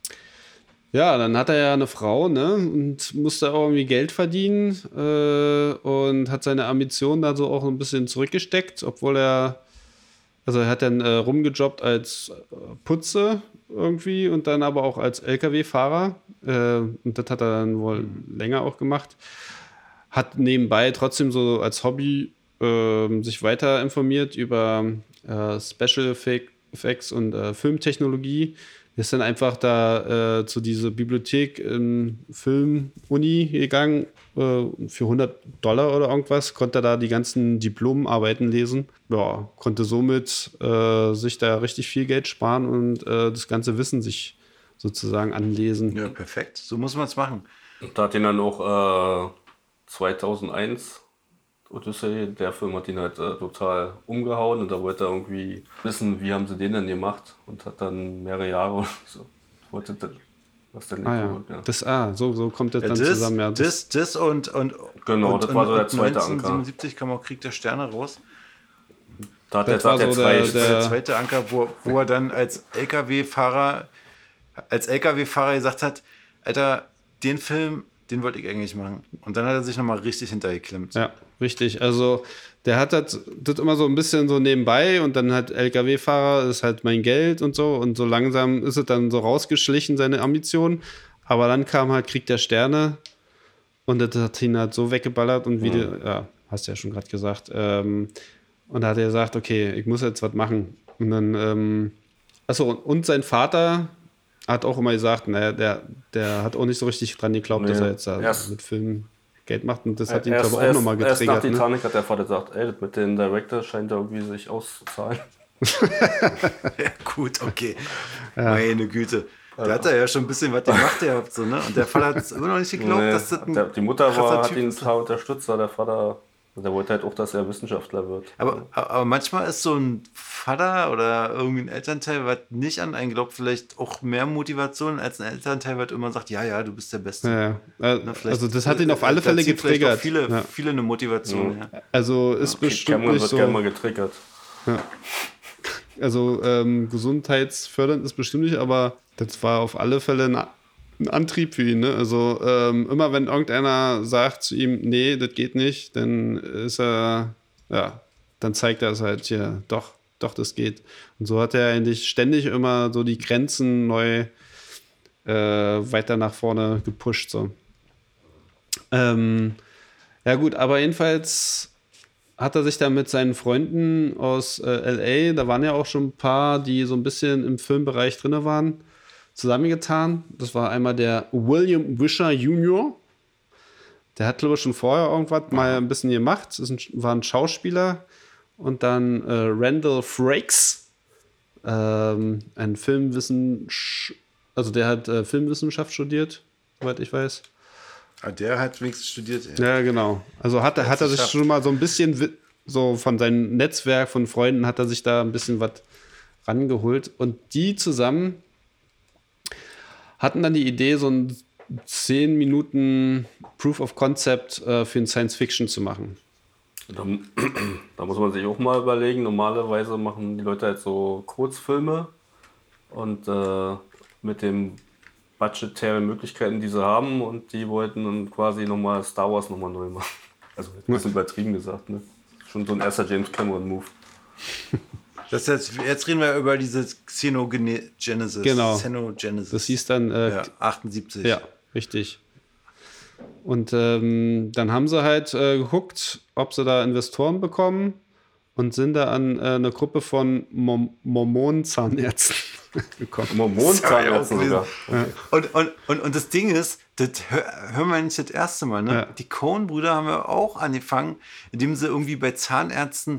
hat er ja eine Frau, ne, und musste auch irgendwie Geld verdienen und hat seine Ambitionen da so auch ein bisschen zurückgesteckt, obwohl er hat dann rumgejobbt als Putze irgendwie und dann aber auch als LKW-Fahrer und das hat er dann wohl länger auch gemacht. Hat nebenbei trotzdem so als Hobby sich weiter informiert über Special Effects und Filmtechnologie. Ist dann einfach da zu dieser Bibliothek in Film-Uni gegangen. Für $100 oder irgendwas konnte er da die ganzen Diplomarbeiten lesen. Ja, konnte somit sich da richtig viel Geld sparen und das ganze Wissen sich sozusagen anlesen. Ja, perfekt. So muss man es machen. Und da hat ihn dann auch 2001 Odyssey, der Film hat ihn halt total umgehauen und da wollte er irgendwie wissen, wie haben sie den denn gemacht und hat dann mehrere Jahre so wollte was denn so kommt das dann zusammen. Ja, das und genau, das war so der zweite Anker. 1977 kam auch Krieg der Sterne raus. Da hat der zweite Anker, wo er dann als LKW-Fahrer gesagt hat, Alter, den Film, den wollte ich eigentlich machen. Und dann hat er sich nochmal richtig hintergeklemmt. Ja, richtig. Also der hat das immer so ein bisschen so nebenbei und dann halt LKW-Fahrer ist halt mein Geld und so. Und so langsam ist es dann so rausgeschlichen, seine Ambitionen. Aber dann kam halt Krieg der Sterne und das hat ihn halt so weggeballert und hast du ja schon gerade gesagt. Und da hat er gesagt, okay, ich muss jetzt was machen. Und dann, und sein Vater hat auch immer gesagt, naja, der hat auch nicht so richtig dran geglaubt, dass er jetzt mit Filmen Geld macht. Und das hat ihn, glaube ich, auch nochmal getriggert. Erst nach Titanic hat der Vater gesagt, ey, das mit den Directors scheint irgendwie sich auszuzahlen. Ja, gut, okay. Ja. Meine Güte. Der hat da ja schon ein bisschen was gemacht gehabt, so, ne? Und der Vater hat es immer noch nicht geglaubt, dass das die Mutter hat ihn total unterstützt, der Vater Der wollte halt auch, dass er Wissenschaftler wird. Aber manchmal ist so ein Vater oder irgendwie ein Elternteil, was nicht an einen glaubt, vielleicht auch mehr Motivation als ein Elternteil, was immer sagt, ja, du bist der Beste. Ja. Also das hat ihn auf alle Fälle getriggert. Viele eine Motivation. Ja. Also ist bestimmt Cameron nicht wird so. gerne mal getriggert. Ja. Also gesundheitsfördernd ist bestimmt nicht, aber das war auf alle Fälle ein Antrieb für ihn. Ne? Also immer wenn irgendeiner sagt zu ihm, nee, das geht nicht, dann ist er, dann zeigt er es halt, ja, doch, das geht. Und so hat er eigentlich ständig immer so die Grenzen neu weiter nach vorne gepusht. So. Ja gut, aber jedenfalls hat er sich da mit seinen Freunden aus L.A., da waren ja auch schon ein paar, die so ein bisschen im Filmbereich drin waren, zusammengetan. Das war einmal der William Wisher Jr., der hat, glaube ich, schon vorher irgendwas mal ein bisschen gemacht, war ein Schauspieler. Und dann Randall Frakes, ein also der hat Filmwissenschaft studiert, soweit ich weiß. Der hat wenigstens studiert. Ja, genau. Also hat er sich schon mal so ein bisschen, so von seinem Netzwerk von Freunden hat er sich da ein bisschen was rangeholt. Und die zusammen hatten dann die Idee, so ein 10 Minuten Proof of Concept für ein Science-Fiction zu machen. Da muss man sich auch mal überlegen, normalerweise machen die Leute halt so Kurzfilme und mit den budgetären Möglichkeiten, die sie haben, und die wollten dann quasi nochmal Star Wars nochmal neu machen. Also ein bisschen übertrieben gesagt, ne? Schon so ein erster James Cameron-Move. Jetzt reden wir über diese Xenogenesis. Genau. Xenogenesis. Das hieß dann 78. Ja, richtig. Und dann haben sie halt geguckt, ob sie da Investoren bekommen, und sind da an eine Gruppe von Mormonenzahnärzten gekommen. Mormonenzahnärzten sogar. Okay. Und das Ding ist, das hören wir nicht das erste Mal. Ne? Ja. Die Coen-Brüder haben ja auch angefangen, indem sie irgendwie bei Zahnärzten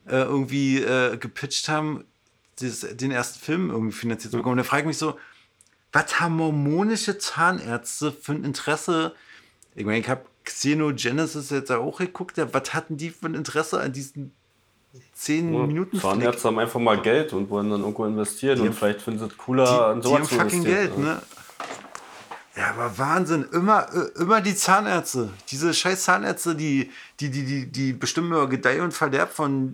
gepitcht haben, den ersten Film irgendwie finanziert zu bekommen. Da frage ich mich so, was haben mormonische Zahnärzte für ein Interesse? Ich meine, ich habe Xenogenesis jetzt auch geguckt. Ja, was hatten die für ein Interesse an diesen 10 Minuten? Zahnärzte haben einfach mal Geld und wollen dann irgendwo investieren, und vielleicht finden sie es cooler, an sowas zu investieren. Die haben fucking Geld, ne? Ja, aber Wahnsinn. Immer die Zahnärzte. Diese scheiß Zahnärzte, die bestimmen über Gedeih und Verderb von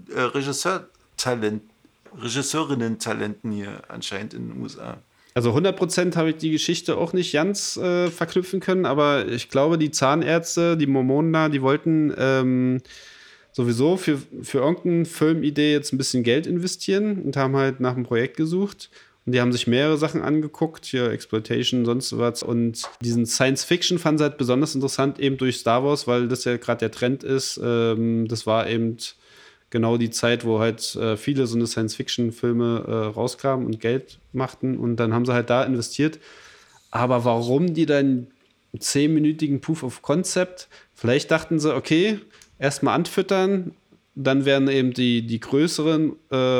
Regisseurinnen-Talenten hier anscheinend in den USA. Also 100% habe ich die Geschichte auch nicht ganz verknüpfen können, aber ich glaube, die Zahnärzte, die Mormonen da, die wollten sowieso für irgendeine Filmidee jetzt ein bisschen Geld investieren und haben halt nach einem Projekt gesucht. Und die haben sich mehrere Sachen angeguckt, hier Exploitation, sonst was. Und diesen Science-Fiction fanden sie halt besonders interessant, eben durch Star Wars, weil das ja gerade der Trend ist. Das war eben genau die Zeit, wo halt viele so eine Science-Fiction-Filme rauskamen und Geld machten. Und dann haben sie halt da investiert. Aber warum die dann 10-minütigen Proof of Concept? Vielleicht dachten sie, okay, erstmal anfüttern, dann werden eben die größeren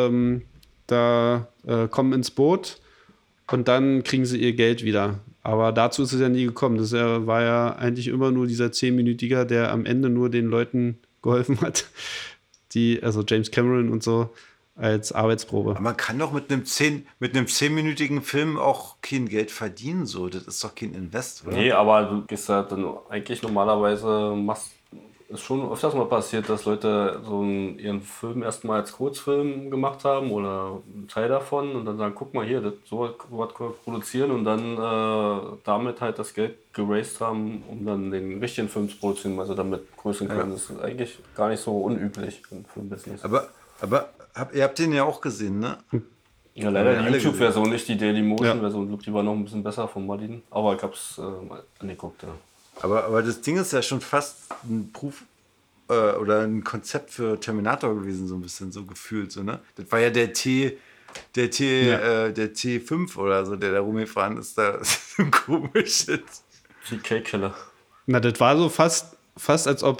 kommen ins Boot und dann kriegen sie ihr Geld wieder. Aber dazu ist es ja nie gekommen. Das war ja eigentlich immer nur dieser 10-minütiger, der am Ende nur den Leuten geholfen hat, also James Cameron und so, als Arbeitsprobe. Aber man kann doch mit einem 10-minütigen Film auch kein Geld verdienen. So. Das ist doch kein Invest, oder? Nee, aber du gehst halt dann eigentlich normalerweise ist schon öfters mal passiert, dass Leute ihren Film erstmal als Kurzfilm gemacht haben oder einen Teil davon und dann sagen, guck mal hier, so was produzieren, und dann damit halt das Geld geraced haben, um dann den richtigen Film zu produzieren, also damit größeren können. Das ist eigentlich gar nicht so unüblich im Filmbusiness. Aber ihr habt den ja auch gesehen, ne? Ja, leider die YouTube-Version, nicht die Dailymotion-Version. Die war noch ein bisschen besser von Martin, aber ich hab's mal angeguckt, ja. Aber das Ding ist ja schon fast ein Proof oder ein Konzept für Terminator gewesen, so ein bisschen so gefühlt. So, ne? Das war ja der T5 oder so, der da rumgefahren ist, da so komisch. TK-Killer. Na, das war so fast als ob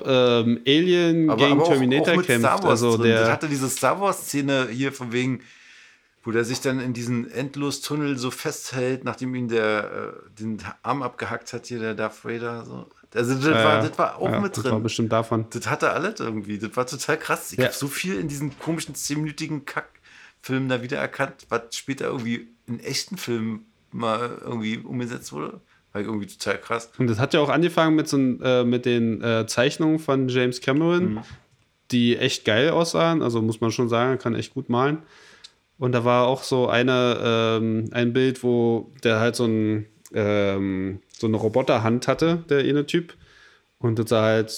Alien gegen Terminator auch mit kämpft. Star Wars also drin. Das hatte diese Star Wars-Szene hier von wegen, wo der sich dann in diesen Endlostunnel so festhält, nachdem ihm der den Arm abgehackt hat, hier der Darth Vader. So. Also das war auch mit drin. Das war bestimmt davon. Das hatte alles irgendwie. Das war total krass. Ich habe so viel in diesen komischen 10-minütigen Kackfilmen da wiedererkannt, was später irgendwie in echten Filmen mal irgendwie umgesetzt wurde. War irgendwie total krass. Und das hat ja auch angefangen mit den Zeichnungen von James Cameron, die echt geil aussahen. Also muss man schon sagen, er kann echt gut malen. Und da war auch so ein Bild, wo der halt so eine Roboterhand hatte, der eine Typ. Und das sah halt,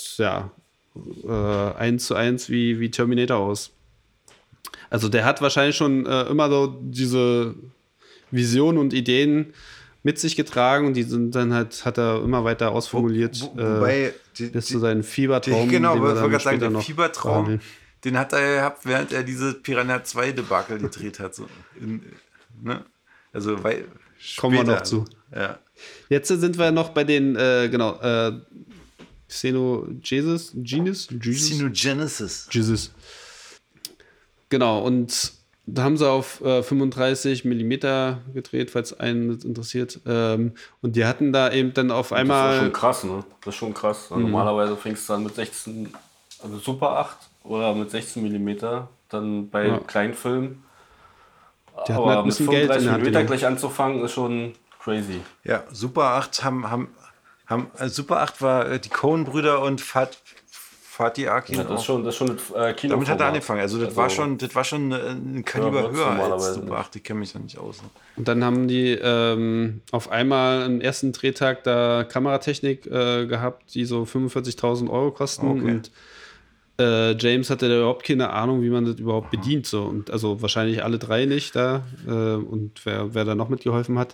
1:1 wie Terminator aus. Also der hat wahrscheinlich schon immer so diese Visionen und Ideen mit sich getragen und die sind dann halt, hat er immer weiter ausformuliert, wobei bis zu seinem Fiebertraum. Genau, ich wollte gerade sagen, der Fiebertraum, den hat er gehabt, während er diese Piranha 2 Debakel gedreht hat. So ne? Also, weil kommen wir noch zu. Ja. Jetzt sind wir noch bei den, Xenogenesis. Genau, und da haben sie auf 35 mm gedreht, falls einen das interessiert. Und die hatten da eben dann auf einmal... Das ist schon krass, ne? Das ist schon krass. Normalerweise fängst du dann mit 16, also Super 8 oder mit 16 mm, dann bei Kleinfilmen. Aber halt mit 35 mm gleich anzufangen, ist schon crazy. Ja, Super 8 Super 8 war die Coen-Brüder und Fatih Akin. Ja, das ist schon Kino. Damit hat er angefangen. Also das war schon ein Kaliber höher als Super 8. Ich kenne mich da nicht aus. Ne? Und dann haben die auf einmal im ersten Drehtag da Kameratechnik gehabt, die so 45.000 Euro kosten. Okay. Und James hatte da überhaupt keine Ahnung, wie man das überhaupt bedient. So. Und also wahrscheinlich alle drei nicht da. Und wer da noch mitgeholfen hat.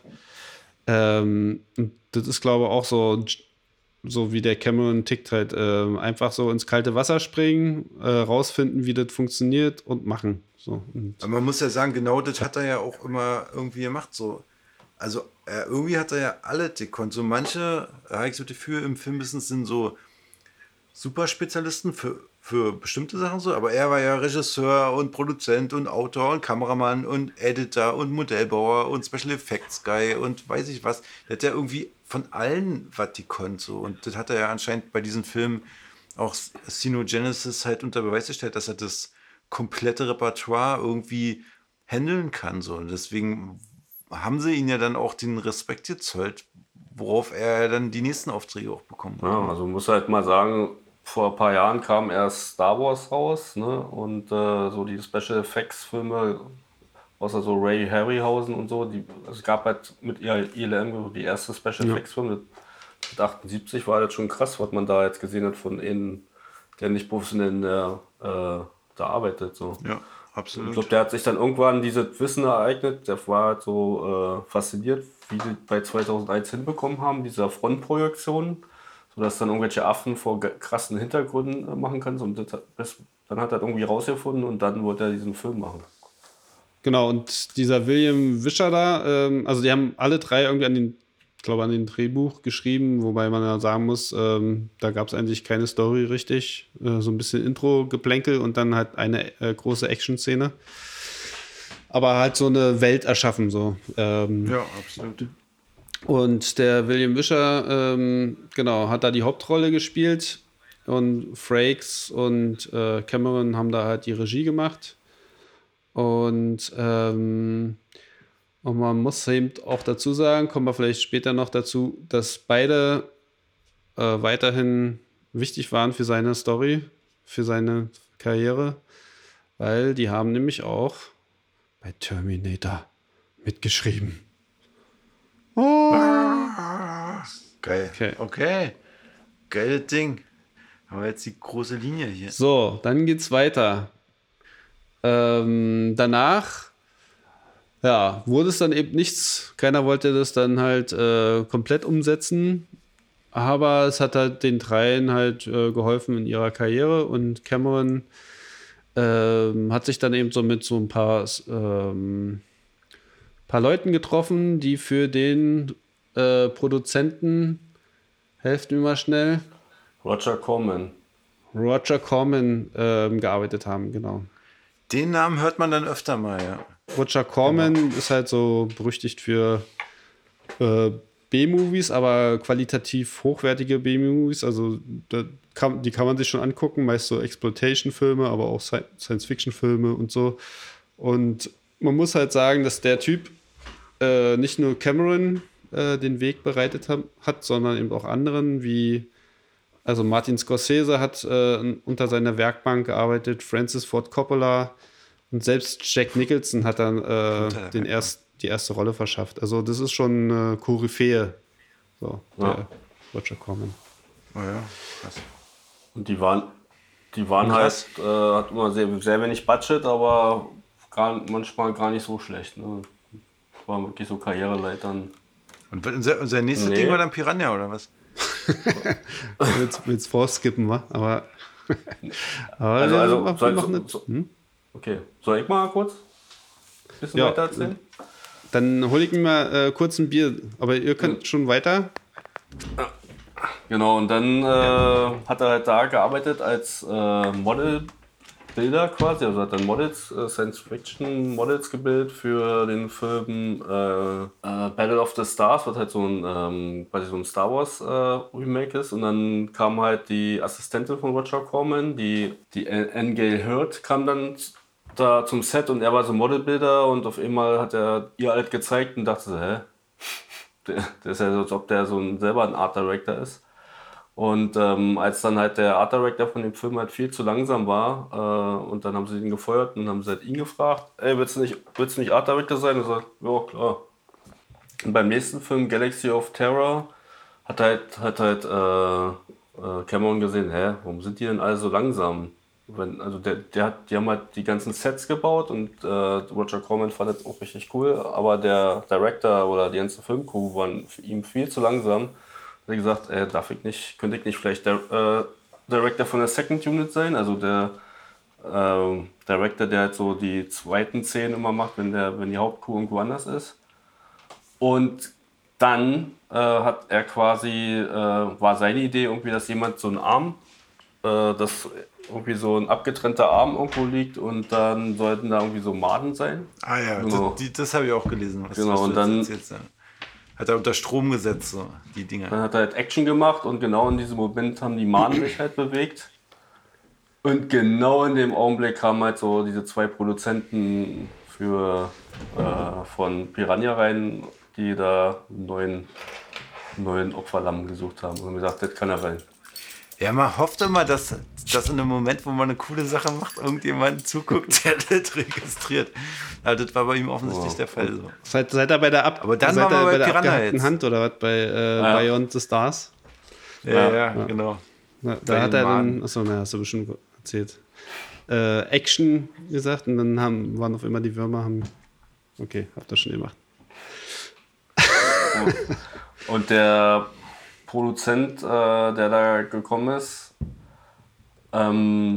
Und das ist, glaube ich, auch so wie der Cameron tickt halt. Einfach so ins kalte Wasser springen, rausfinden, wie das funktioniert und machen. So. Aber man muss ja sagen, genau das hat er ja auch immer irgendwie gemacht. So. Also irgendwie hat er ja alle gekonnt. So manche, habe ich so das Gefühl, im Filmbusiness sind so Superspezialisten für bestimmte Sachen so, aber er war ja Regisseur und Produzent und Autor und Kameramann und Editor und Modellbauer und Special Effects Guy und weiß ich was. Der hat ja irgendwie von allen was die konnte so. Und das hat er ja anscheinend bei diesem Film auch Xenogenesis halt unter Beweis gestellt, dass er das komplette Repertoire irgendwie handeln kann so. Und deswegen haben sie ihn ja dann auch den Respekt gezollt, worauf er dann die nächsten Aufträge auch bekommen hat. Ja, also man muss halt mal sagen, vor ein paar Jahren kam erst Star Wars raus, ne? Und so die Special Effects Filme, außer so Ray Harryhausen und so, es gab halt mit ILM die erste Special Effects Filme. Mit 78 war das schon krass, was man da jetzt gesehen hat von ihnen, der nicht professionell da arbeitet. So. Ja, absolut. Ich glaube, der hat sich dann irgendwann dieses Wissen ereignet, der war halt so fasziniert, wie die bei 2001 hinbekommen haben, dieser Frontprojektion, sodass dann irgendwelche Affen vor krassen Hintergründen machen kannst. Und dann hat er irgendwie rausgefunden und dann wollte er diesen Film machen. Genau, und dieser William Wisher da, also die haben alle drei irgendwie an den Drehbuch geschrieben, wobei man ja sagen muss, da gab es eigentlich keine Story richtig. So ein bisschen Intro-Geplänkel und dann halt eine große Action-Szene. Aber halt so eine Welt erschaffen. So. Ja, absolut. Und der William Wisher, hat da die Hauptrolle gespielt. Und Frakes und Cameron haben da halt die Regie gemacht. Und man muss eben auch dazu sagen, kommen wir vielleicht später noch dazu, dass beide weiterhin wichtig waren für seine Story, für seine Karriere, weil die haben nämlich auch bei Terminator mitgeschrieben. Oh. Geil. Okay. Geiles Ding. Haben wir jetzt die große Linie hier. So, dann geht's weiter. Danach wurde es dann eben nichts. Keiner wollte das dann halt komplett umsetzen. Aber es hat halt den dreien halt geholfen in ihrer Karriere. Und Cameron hat sich dann eben so mit so ein paar Leuten getroffen, die für den Produzenten, helft mir mal schnell. Roger Corman gearbeitet haben, genau. Den Namen hört man dann öfter mal, ja. Roger Corman ist halt so berüchtigt für B-Movies, aber qualitativ hochwertige B-Movies. Also die kann man sich schon angucken, meist so Exploitation-Filme, aber auch Science-Fiction-Filme und so. Und man muss halt sagen, dass der Typ nicht nur Cameron den Weg bereitet hat, sondern eben auch anderen, wie also Martin Scorsese hat unter seiner Werkbank gearbeitet, Francis Ford Coppola und selbst Jack Nicholson hat dann die erste Rolle verschafft. Also das ist schon eine Koryphäe, so, der Roger Corman. Oh ja, krass. Und die waren halt, hat immer sehr wenig Budget, aber manchmal gar nicht so schlecht. Ne? War wirklich so Karriereleitern. Und unser nächstes Ding war dann Piranha, oder was? Willst vorskippen, wa? Aber okay. Soll ich mal kurz ein bisschen weiter erzählen? Dann hole ich mir mal kurz ein Bier, aber ihr könnt schon weiter. Genau, und dann hat er halt da gearbeitet als Modelbilder quasi, also hat dann Science-Fiction-Models gebildet für den Film Battle of the Stars, was halt so ein Star Wars Remake ist. Und dann kam halt die Assistentin von Roger Corman, die Anne Gail Hurd, kam dann da zum Set und er war so Modelbilder und auf einmal hat er ihr halt gezeigt und dachte so, der ist ja so, als ob der selber ein Art Director ist. Und als dann halt der Art Director von dem Film halt viel zu langsam war und dann haben sie ihn gefeuert und haben sie halt ihn gefragt, willst du nicht Art Director sein? Und er sagt, ja klar. Und beim nächsten Film Galaxy of Terror hat Cameron gesehen, warum sind die denn alle so langsam? Die haben halt die ganzen Sets gebaut und Roger Corman fand das auch richtig cool, aber der Director oder die ganze Filmcrew waren für ihn viel zu langsam. Er hat gesagt, könnte ich nicht vielleicht der Director von der Second Unit sein, also der Director, der halt so die zweiten Szenen immer macht, wenn die Hauptcrew irgendwo anders ist. Und dann hat er quasi, war seine Idee irgendwie, dass jemand so einen Arm, dass irgendwie so ein abgetrennter Arm irgendwo liegt und dann sollten da irgendwie so Maden sein. Ah ja, genau. Das habe ich auch gelesen. Was und dann erzählst, ja. Hat er unter Strom gesetzt, so die Dinger. Dann hat er halt Action gemacht und genau in diesem Moment haben die Maden sich halt bewegt. Und genau in dem Augenblick kamen halt so diese zwei Produzenten von Piranha rein, die da einen neuen Opferlamm gesucht haben und gesagt, das kann er sein. Ja, man hofft immer, dass in einem Moment, wo man eine coole Sache macht, irgendjemand zuguckt, der das registriert. Also das war bei ihm offensichtlich der Fall. So. Seid ihr bei der abgehackten Hand oder was? Bei Beyond the Stars? Ja, genau. Da hat er dann, achso, hast du bestimmt erzählt, Action gesagt und dann waren auf immer die Würmer, okay, habt ihr schon gemacht. Und der Produzent, der da gekommen ist, der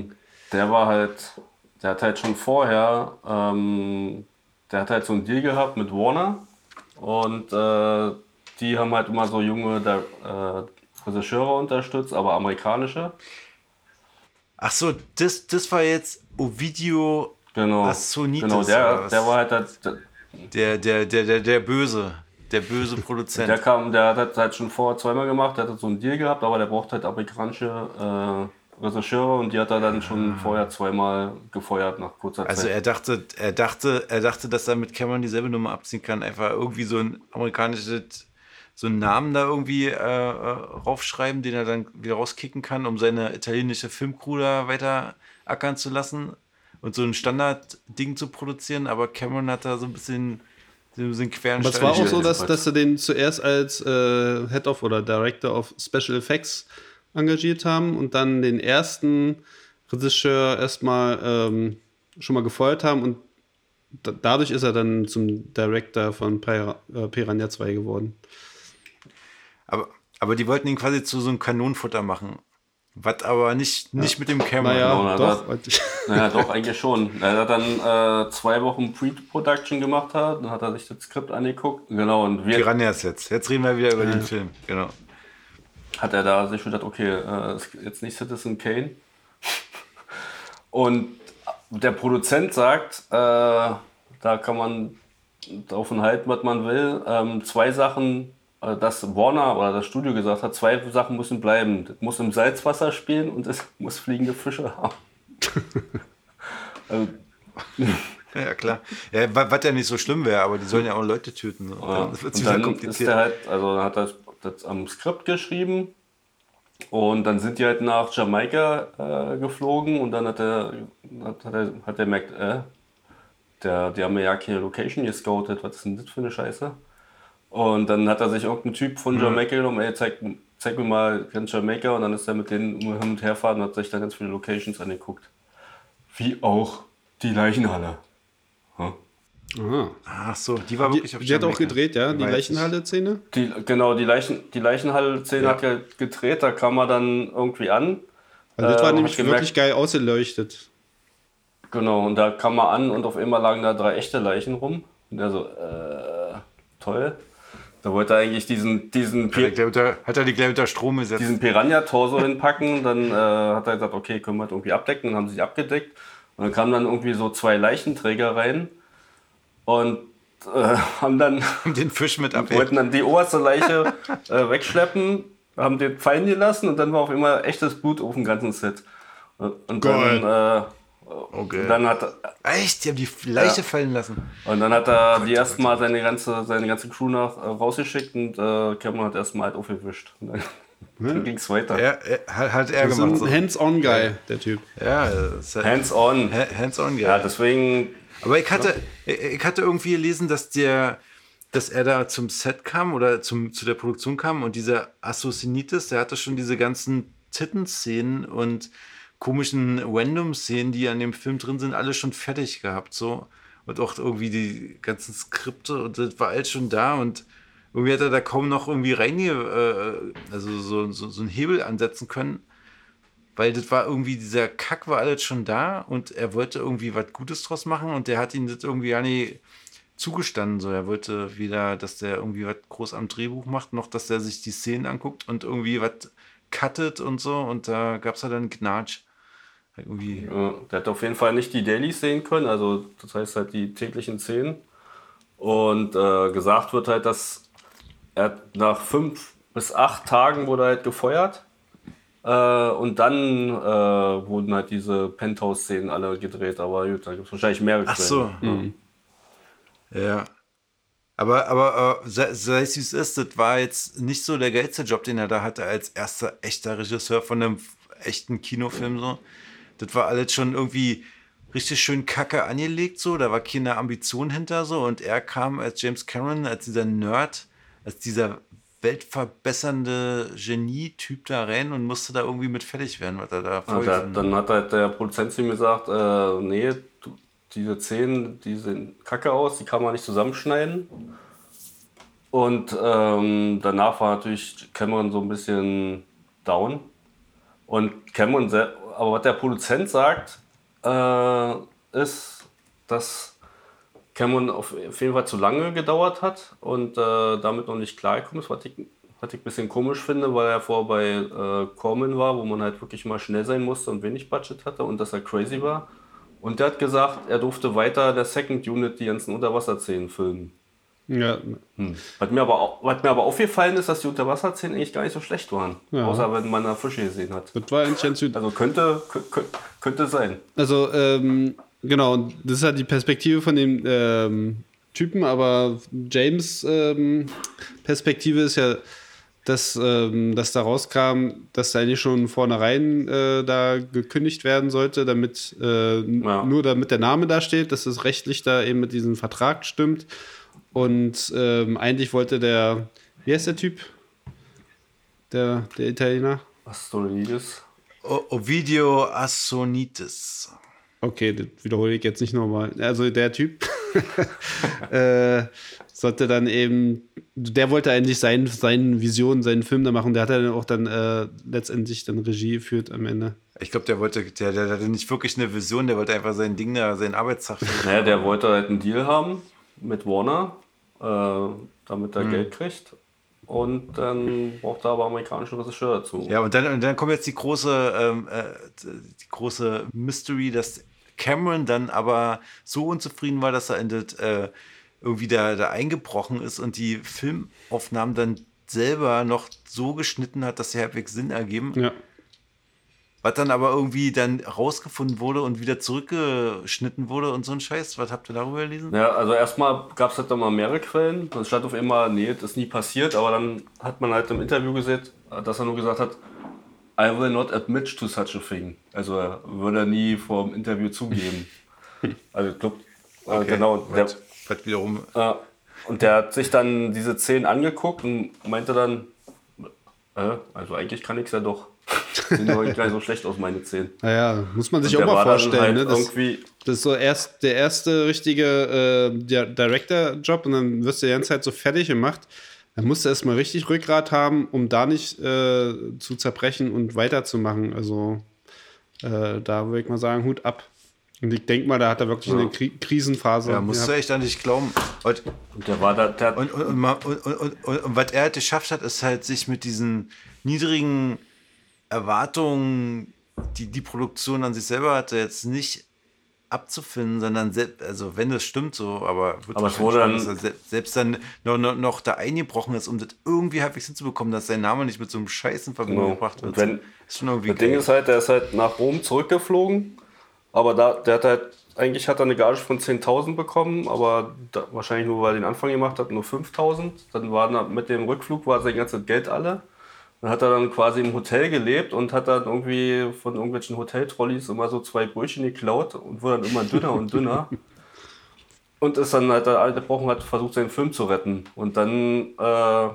hat halt schon vorher, der hat halt so einen Deal gehabt mit Warner und die haben halt immer so junge Regisseure unterstützt, aber amerikanische. Ach so, das war jetzt Ovidio Assonitis. Genau, der war halt der böse Produzent. Der hat halt schon vorher zweimal gemacht, der hat so einen Deal gehabt, aber der braucht halt amerikanische Regisseure und die hat er dann schon vorher zweimal gefeuert nach kurzer Zeit. Also er dachte, dass er mit Cameron dieselbe Nummer abziehen kann, einfach irgendwie so ein amerikanisches, so einen Namen da irgendwie raufschreiben, den er dann wieder rauskicken kann, um seine italienische Filmcrew da weiter ackern zu lassen und so ein Standardding zu produzieren, aber Cameron hat da so ein bisschen queren. Aber es war auch so, dass sie den zuerst als Head of oder Director of Special Effects engagiert haben und dann den ersten Regisseur erstmal schon mal gefeuert haben und dadurch ist er dann zum Director von Piranha 2 geworden. Aber die wollten ihn quasi zu so einem Kanonenfutter machen. Was aber nicht mit dem Cameron. Naja, doch, eigentlich schon. Er hat dann 2 Wochen Pre-Production gemacht, dann hat er sich das Skript angeguckt. Genau, und Piranhas jetzt. Jetzt reden wir wieder über den Film. Genau. Hat er da sich gedacht, okay, jetzt nicht Citizen Kane. Und der Produzent sagt, da kann man davon halten, was man will. 2 Sachen, dass Warner oder das Studio gesagt hat, 2 Sachen müssen bleiben. Das muss im Salzwasser spielen und es muss fliegende Fische haben. Also, ja, klar. Ja, was ja nicht so schlimm wäre, aber die sollen ja auch Leute töten. Das wird wieder kompliziert. Ist der halt, also hat er das am Skript geschrieben und dann sind die halt nach Jamaika geflogen und dann hat er gemerkt, die haben ja keine Location gescoutet, was ist denn das für eine Scheiße? Und dann hat er sich irgendeinen Typ von Jamaika genommen, ey, zeig mir mal ganz Jamaika, und dann ist er mit denen hin und her fahren und hat sich dann ganz viele Locations angeguckt. Wie auch die Leichenhalle. Ach so, die war wirklich auf Die hat auch gedreht, ja, die Leichenhalle-Szene? Genau, die Leichenhalle-Szene hat er gedreht, da kam er dann irgendwie an. Also das war nämlich wirklich geil ausgeleuchtet. Genau, und da kam er an und auf einmal lagen da 3 echte Leichen rum. Und er so, toll. Da wollte er eigentlich diesen hat er die gleich unter Strom gesetzt. Diesen Piranha-Torso hinpacken. Dann hat er gesagt, okay, können wir das irgendwie abdecken. Dann haben sie sich abgedeckt. Und dann kamen dann irgendwie so 2 Leichenträger rein und haben dann den Fisch mit abheben. Wollten dann die oberste Leiche wegschleppen, haben den fallen gelassen und dann war auf immer echtes Blut auf dem ganzen Set. Und dann okay. Dann hat echt? Die haben die Leiche fallen lassen. Und dann hat er die erstmal seine ganze Crew rausgeschickt und Cameron hat erstmal halt aufgewischt. Dann ging es weiter. Hat er gemacht. So ein Hands-on-Guy, der Typ. Ja, Hands-on. Hands-on-Guy. Ja, deswegen. Aber ich hatte irgendwie gelesen, dass er da zum Set kam oder zu der Produktion kam und dieser Assassinitis, der hatte schon diese ganzen Titten-Szenen und komischen Random-Szenen, die an dem Film drin sind, alle schon fertig gehabt. So. Und auch irgendwie die ganzen Skripte und das war alles schon da und irgendwie hat er da kaum noch irgendwie also so einen Hebel ansetzen können, weil das war irgendwie, dieser Kack war alles schon da und er wollte irgendwie was Gutes draus machen und der hat ihm das irgendwie gar nicht zugestanden. So, er wollte weder, dass der irgendwie was groß am Drehbuch macht, noch dass er sich die Szenen anguckt und irgendwie was cuttet und so und da gab es halt dann Gnatsch. Irgendwie. Ja, der hat auf jeden Fall nicht die Dailies sehen können, also das heißt halt die täglichen Szenen. Und gesagt wird halt, dass er nach 5 bis 8 Tagen wurde halt gefeuert. Und dann wurden halt diese Penthouse-Szenen alle gedreht. Aber gut, da gibt es wahrscheinlich mehrere Quellen. Ach so. Ja. Aber sei es wie es ist, das war jetzt nicht so der geilste Job, den er da hatte als erster echter Regisseur von einem echten Kinofilm. So. Das war alles schon irgendwie richtig schön kacke angelegt. So. Da war keine Ambition hinter. So. Und er kam als James Cameron, als dieser Nerd, als dieser weltverbessernde Genie-Typ da rein und musste da irgendwie mit fertig werden, was er da vorgefunden hat. Dann hat halt der Produzent zu ihm gesagt, nee, diese Szenen, die sehen kacke aus, die kann man nicht zusammenschneiden. Und danach war natürlich Cameron so ein bisschen down. Und Cameron, aber was der Produzent sagt, ist, dass Cameron auf jeden Fall zu lange gedauert hat und damit noch nicht klargekommen ist, was ich ein bisschen komisch finde, weil er vorher bei Corman war, wo man halt wirklich mal schnell sein musste und wenig Budget hatte und dass er crazy war. Und der hat gesagt, er durfte weiter der Second Unit die ganzen Unterwasserszenen filmen. Ja. Was mir aber aufgefallen ist, dass die Unterwasserszenen eigentlich gar nicht so schlecht waren. Ja. Außer wenn man da Fische gesehen hat. Das war eigentlich ganz Also könnte sein. Also, genau, das ist halt die Perspektive von dem Typen, aber James' Perspektive ist ja, dass da rauskam, dass da eigentlich schon vornherein da gekündigt werden sollte, damit nur damit der Name da steht, dass es rechtlich da eben mit diesem Vertrag stimmt. Und eigentlich wollte wie heißt der Typ? Der Italiener? Assassinitis. Ovidio Assonitis. Okay, das wiederhole ich jetzt nicht nochmal. Also der Typ sollte dann eben, der wollte eigentlich seine Vision, seinen Film da machen. Der hat dann auch dann letztendlich dann Regie geführt am Ende. Ich glaube, der hatte nicht wirklich eine Vision, der wollte einfach sein Ding da, seinen Arbeitstag. Naja, der wollte halt einen Deal haben mit Warner, damit er Geld kriegt. Und dann braucht er aber amerikanische Regisseur dazu. Ja, und dann kommt jetzt die große Mystery, dass Cameron dann aber so unzufrieden war, dass er irgendwie da eingebrochen ist und die Filmaufnahmen dann selber noch so geschnitten hat, dass sie halbwegs Sinn ergeben. Ja. Was dann aber irgendwie dann rausgefunden wurde und wieder zurückgeschnitten wurde und so ein Scheiß. Was habt ihr darüber gelesen? Ja, also erstmal gab es halt dann mal mehrere Quellen. Dann stand auf einmal, nee, das ist nie passiert. Aber dann hat man halt im Interview gesehen, dass er nur gesagt hat, I will not admit to such a thing. Also er würde nie vor dem Interview zugeben. Also ich glaube, okay. Genau. Was wiederum. Und der hat sich dann diese Szenen angeguckt und meinte dann, also eigentlich kann ich es ja doch. Sehen doch gar nicht so schlecht aus, meine Zähne. Naja, muss man sich auch mal vorstellen. Halt, ne? Das ist so der erste richtige Director-Job und dann wirst du die ganze Zeit so fertig gemacht. Dann musst du erstmal richtig Rückgrat haben, um da nicht zu zerbrechen und weiterzumachen. Also da würde ich mal sagen, Hut ab. Und ich denke mal, da hat er wirklich eine Krisenphase. Ja, musst du echt an dich glauben. Und der war da. Und was er halt geschafft hat, ist halt, sich mit diesen niedrigen Erwartungen, die Produktion an sich selber hatte, jetzt nicht abzufinden, sondern also wenn das stimmt so, aber es wurde dann selbst dann noch da eingebrochen ist, um das irgendwie halbwegs hinzubekommen, dass sein Name nicht mit so einem Scheiß in Verbindung gebracht wird. Ist schon irgendwie das Ding ist halt, der ist halt nach Rom zurückgeflogen, aber eigentlich hat er eine Gage von 10.000 bekommen, aber wahrscheinlich nur, weil er den Anfang gemacht hat, nur 5.000. Dann mit dem Rückflug war sein ganzes Geld alle. Dann hat er dann quasi im Hotel gelebt und hat dann irgendwie von irgendwelchen Hoteltrolleys immer so 2 Brötchen geklaut und wurde dann immer dünner und dünner. Und ist dann halt gebrochen, hat versucht, seinen Film zu retten. Und dann, da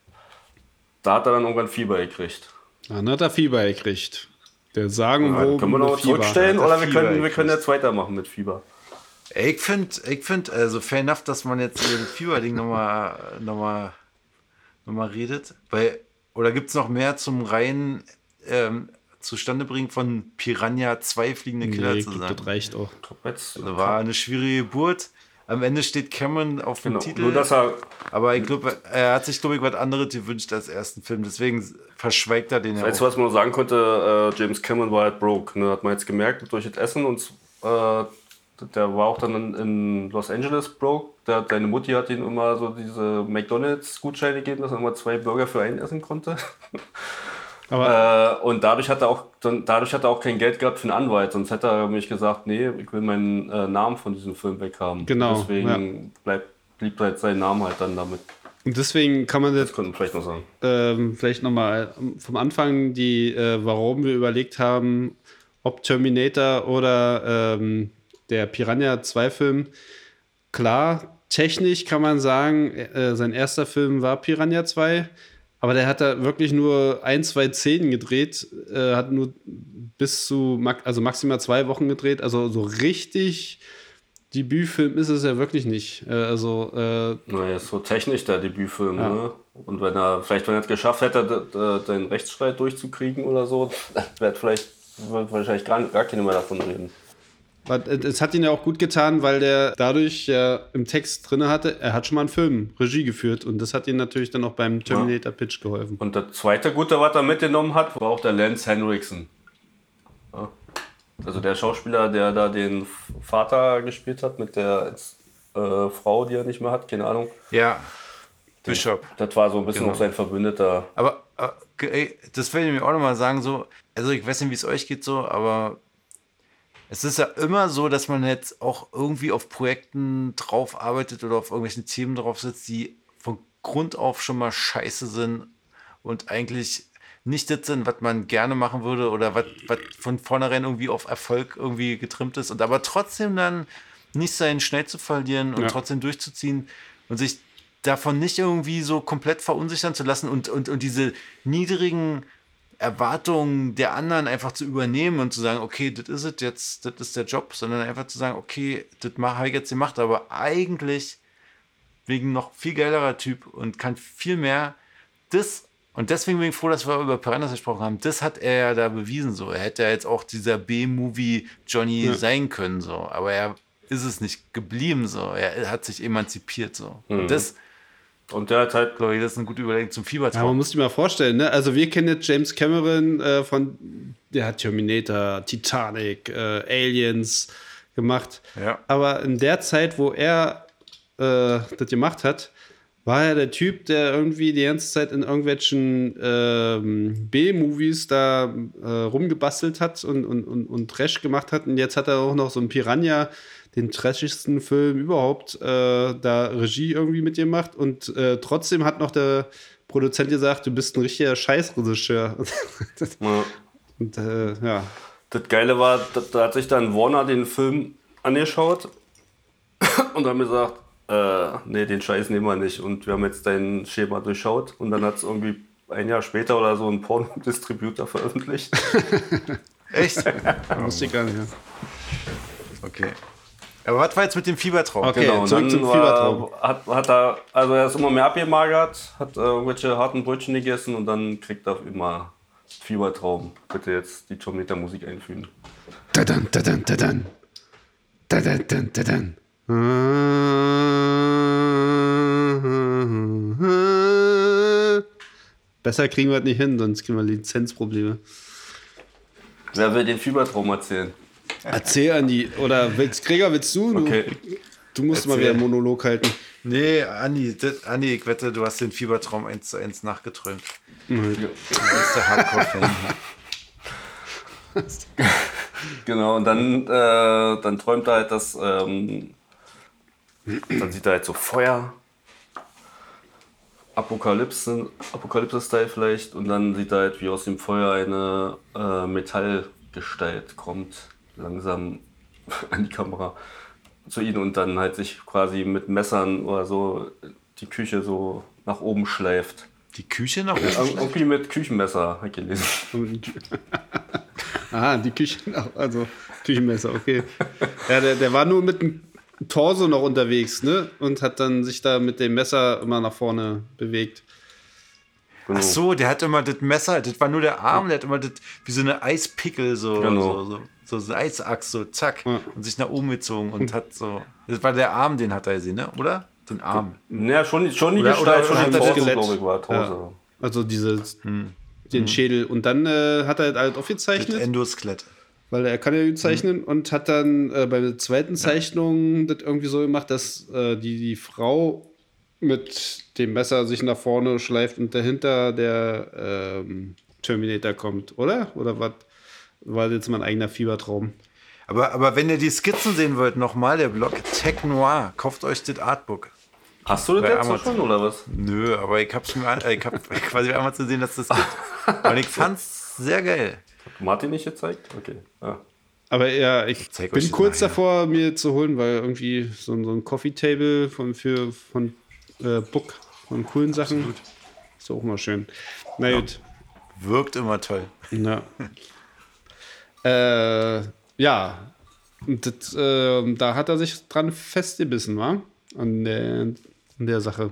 hat er dann irgendwann Fieber gekriegt. Dann hat er Fieber gekriegt. Der Sagenwogen. Können wir noch zurückstellen oder wir können jetzt weitermachen mit Fieber? Ich finde, also fair enough, dass man jetzt über das Fieber-Ding nochmal redet, weil. Oder gibt es noch mehr zum reinen Zustandebringen von Piranha 2 fliegende Killer zu sagen? Das reicht auch. Also war eine schwierige Geburt. Am Ende steht Cameron auf dem Titel. Nur dass aber ich glaube, er hat sich, was anderes gewünscht als ersten Film. Deswegen verschweigt er den ja. Das Einzige, was man noch sagen konnte, James Cameron war halt broke. Ne? Hat man jetzt gemerkt durch das Essen. Und der war auch dann in Los Angeles broke. Seine Mutti hat ihm immer so diese McDonalds-Gutscheine gegeben, dass er immer 2 Burger für einen essen konnte. Und dadurch hat er auch kein Geld gehabt für einen Anwalt. Sonst hätte er mich gesagt, nee, ich will meinen Namen von diesem Film weghaben. Genau. Deswegen blieb halt sein Name halt dann damit. Und deswegen kann man das könnte man vielleicht noch sagen. Vielleicht nochmal vom Anfang, warum wir überlegt haben, ob Terminator oder der Piranha 2 Film. Klar, technisch kann man sagen, sein erster Film war Piranha 2, aber der hat da wirklich nur 1-2 Szenen gedreht, hat nur bis zu maximal 2 Wochen gedreht, also so richtig Debütfilm ist es ja wirklich nicht. Naja, ist so technisch der Debütfilm, ja. Ne? Und wenn er es geschafft hätte, den Rechtsstreit durchzukriegen oder so, dann würde wahrscheinlich gar keine mehr davon reden. Es hat ihn ja auch gut getan, weil der dadurch ja im Text drin hatte, er hat schon mal einen Film, Regie geführt und das hat ihm natürlich dann auch beim Terminator-Pitch geholfen. Und das zweite Gute, was er mitgenommen hat, war auch der Lance Henriksen. Ja. Also der Schauspieler, der da den Vater gespielt hat mit der Frau, die er nicht mehr hat, keine Ahnung. Ja, Bishop. Das war so ein bisschen auch sein Verbündeter. Aber das will ich mir auch nochmal sagen, so, also ich weiß nicht, wie es euch geht so, aber es ist ja immer so, dass man jetzt auch irgendwie auf Projekten drauf arbeitet oder auf irgendwelchen Themen drauf sitzt, die von Grund auf schon mal scheiße sind und eigentlich nicht das sind, was man gerne machen würde oder was von vornherein irgendwie auf Erfolg irgendwie getrimmt ist und aber trotzdem dann nicht sein schnell zu verlieren und trotzdem durchzuziehen und sich davon nicht irgendwie so komplett verunsichern zu lassen und diese niedrigen Erwartungen der anderen einfach zu übernehmen und zu sagen, okay, das ist es jetzt, das ist der Job, sondern einfach zu sagen, okay, das habe ich jetzt gemacht, aber eigentlich wegen noch viel geilerer Typ und kann viel mehr und deswegen bin ich froh, dass wir über Piranhas gesprochen haben, das hat er ja da bewiesen, so. Er hätte ja jetzt auch dieser B-Movie Johnny sein können, so, aber er ist es nicht geblieben, so. Er hat sich emanzipiert, so. Und der hat halt, glaube ich, das ist eine gute Überlegung zum Fiebertraum. Ja, man muss sich mal vorstellen, ne? Also wir kennen jetzt James Cameron der hat Terminator, Titanic, Aliens, gemacht. Ja. Aber in der Zeit, wo er das gemacht hat, war er der Typ, der irgendwie die ganze Zeit in irgendwelchen B-Movies da rumgebastelt hat und Trash gemacht hat. Und jetzt hat er auch noch so ein Piranha, den trashigsten Film überhaupt, da Regie irgendwie mitgemacht. Und trotzdem hat noch der Produzent gesagt, du bist ein richtiger Scheißregisseur. Ja. Und ja. Das Geile war, da hat sich dann Warner den Film angeschaut und haben gesagt, nee, den Scheiß nehmen wir nicht. Und wir haben jetzt dein Schema durchschaut. Und dann hat es irgendwie ein Jahr später oder so ein Porno-Distributor veröffentlicht. Echt? Wusste ich gar nicht, ja. Okay. Aber was war jetzt mit dem Fiebertraum? Okay, Genau, und zurück dann zum Fiebertraum. hat er, also er ist immer mehr abgemagert, hat irgendwelche harten Brötchen gegessen und dann kriegt er immer Fiebertraum. Bitte jetzt die Terminator-Musik einfügen. Dadan, dadan, dadan. Dadan, dadan, dadan. Besser kriegen wir das nicht hin, sonst kriegen wir Lizenzprobleme. Wer will den Fiebertraum erzählen? Erzähl, Andi. Oder Gregor, willst du? Okay. Du musst mal wieder einen Monolog halten. Nee, Andi, ich wette, du hast den Fiebertraum 1:1 nachgeträumt. Mhm. Du bist der Hardcore-Fan. Genau, und dann träumt er halt, dass dann sieht er halt so Feuer, Apokalypse-Style vielleicht, und dann sieht er halt, wie aus dem Feuer eine Metallgestalt kommt, langsam an die Kamera zu ihnen und dann halt sich quasi mit Messern oder so die Küche so nach oben schleift. Die Küche nach oben? Irgendwie mit Küchenmesser, habe ich gelesen. Die Küche, also Küchenmesser, okay. Ja, der war nur mit dem Torso noch unterwegs, ne? Und hat dann sich da mit dem Messer immer nach vorne bewegt. Ach so, der hat immer das Messer, das war nur der Arm, der hat immer das wie so eine Eispickel, so eine Eisachs, so zack, und sich nach oben gezogen und hat so, das war der Arm, den hat er gesehen, ne? Oder? Den Arm. Ja, schon die Gestalt, schon hat das das Skelett, glaube ich, war Torso. Ja. Also den Schädel. Und dann hat er halt aufgezeichnet. Das Endoskelett. Weil er kann ja zeichnen und hat dann bei der zweiten Zeichnung das irgendwie so gemacht, dass die Frau mit dem Messer sich nach vorne schleift und dahinter der Terminator kommt, oder? Oder was war jetzt mein eigener Fiebertraum? Aber wenn ihr die Skizzen sehen wollt, nochmal der Blog Tech Noir, kauft euch das Artbook. Hast du das jetzt schon, oder was? Nö, aber ich hab quasi einmal zu sehen, dass das gibt. Und ich fand's sehr geil. Hat Martin nicht gezeigt? Okay. Ja. Aber ja, ich bin kurz davor, mir zu holen, weil irgendwie so ein Coffee-Table von Book, von coolen Sachen. Absolut. Ist auch mal schön. Na gut. Wirkt immer toll. Ja. Ja. Und das, da hat er sich dran festgebissen, wa? An der Sache.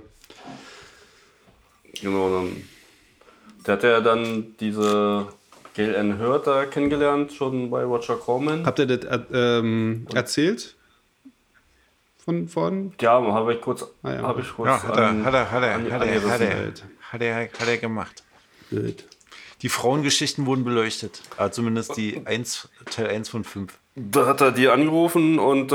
Genau, der hat ja dann diese Gail Ann Hurd da kennengelernt, schon bei Roger Corman. Habt ihr das erzählt? Von? Ja, habe ich kurz. Hat er gemacht. Blöd. Die Frauengeschichten wurden beleuchtet. Also zumindest die Teil 1 von 5. Da hat er die angerufen und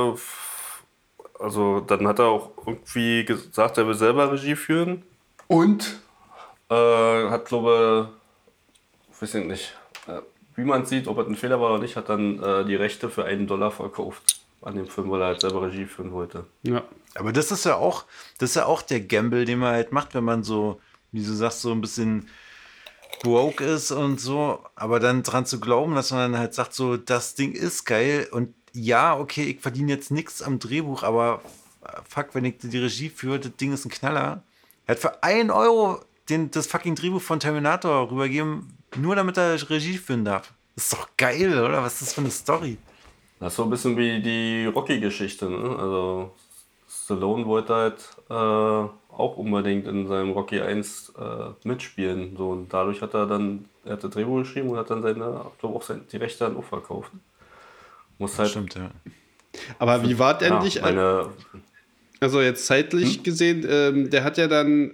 also dann hat er auch irgendwie gesagt, er will selber Regie führen. Und hat, glaube ich, weiß ich nicht, wie man sieht, ob es ein Fehler war oder nicht, hat dann die Rechte für $1 verkauft an dem Film, weil er halt selber Regie führen wollte. Ja. Aber das ist ja auch der Gamble, den man halt macht, wenn man so, wie du sagst, so ein bisschen broke ist und so, aber dann dran zu glauben, dass man dann halt sagt, so, das Ding ist geil und ja, okay, ich verdiene jetzt nichts am Drehbuch, aber fuck, wenn ich die Regie führe, das Ding ist ein Knaller. Er hat für €1 das fucking Drehbuch von Terminator rübergeben, nur damit er Regie führen darf. Das ist doch geil, oder? Was ist das für eine Story? Das ist so ein bisschen wie die Rocky-Geschichte, ne? Also Stallone wollte halt auch unbedingt in seinem Rocky 1 mitspielen. So, und dadurch hat er das Drehbuch geschrieben und hat dann die Rechte dann auch verkauft. Muss halt. Stimmt, ja. Aber wie war es endlich? Also jetzt zeitlich gesehen, der hat ja dann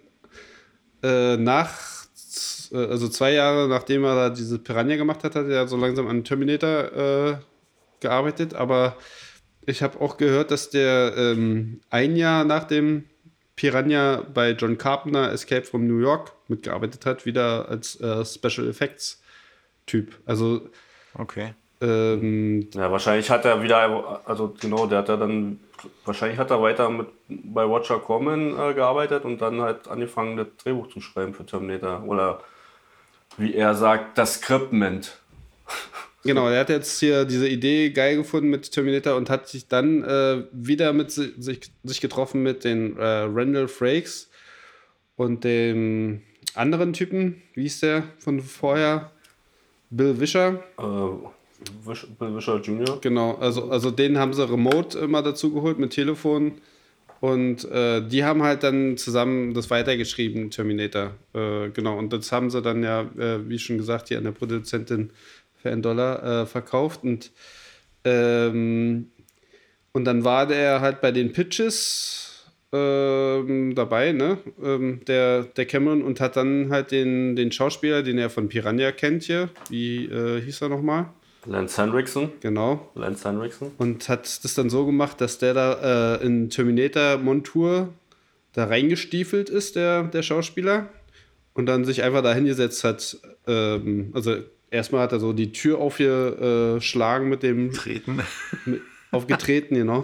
also 2 Jahre nachdem er da diese Piranha gemacht hat, hat er so langsam an Terminator gearbeitet, aber Ich habe auch gehört, dass der ein Jahr nach dem Piranha bei John Carpenter Escape from New York mitgearbeitet hat, wieder als Special Effects Typ. Also okay. Ja, wahrscheinlich hat er wieder, also genau, wahrscheinlich hat er weiter bei Roger Corman gearbeitet und dann halt angefangen, das Drehbuch zu schreiben für Terminator. Oder wie er sagt, das Skriptment. Genau, er hat jetzt hier diese Idee geil gefunden mit Terminator und hat sich dann wieder mit sich getroffen mit den Randall Frakes und dem anderen Typen, wie hieß der von vorher? Bill Wisher. Bill Wisher Jr. Genau, also den haben sie remote immer dazu geholt mit Telefon und die haben halt dann zusammen das weitergeschrieben, Terminator. Genau, und das haben sie dann ja, wie schon gesagt, hier an der Produzentin für $1 verkauft und dann war der halt bei den Pitches dabei, ne? Der Cameron, und hat dann halt den Schauspieler, den er von Piranha kennt hier, wie hieß er nochmal? Lance Henriksen. Genau. Lance Henriksen. Und hat das dann so gemacht, dass der da in Terminator-Montur da reingestiefelt ist, der Schauspieler, und dann sich einfach da hingesetzt hat. Also erstmal hat er so die Tür aufgeschlagen mit dem... Treten. Aufgetreten, genau.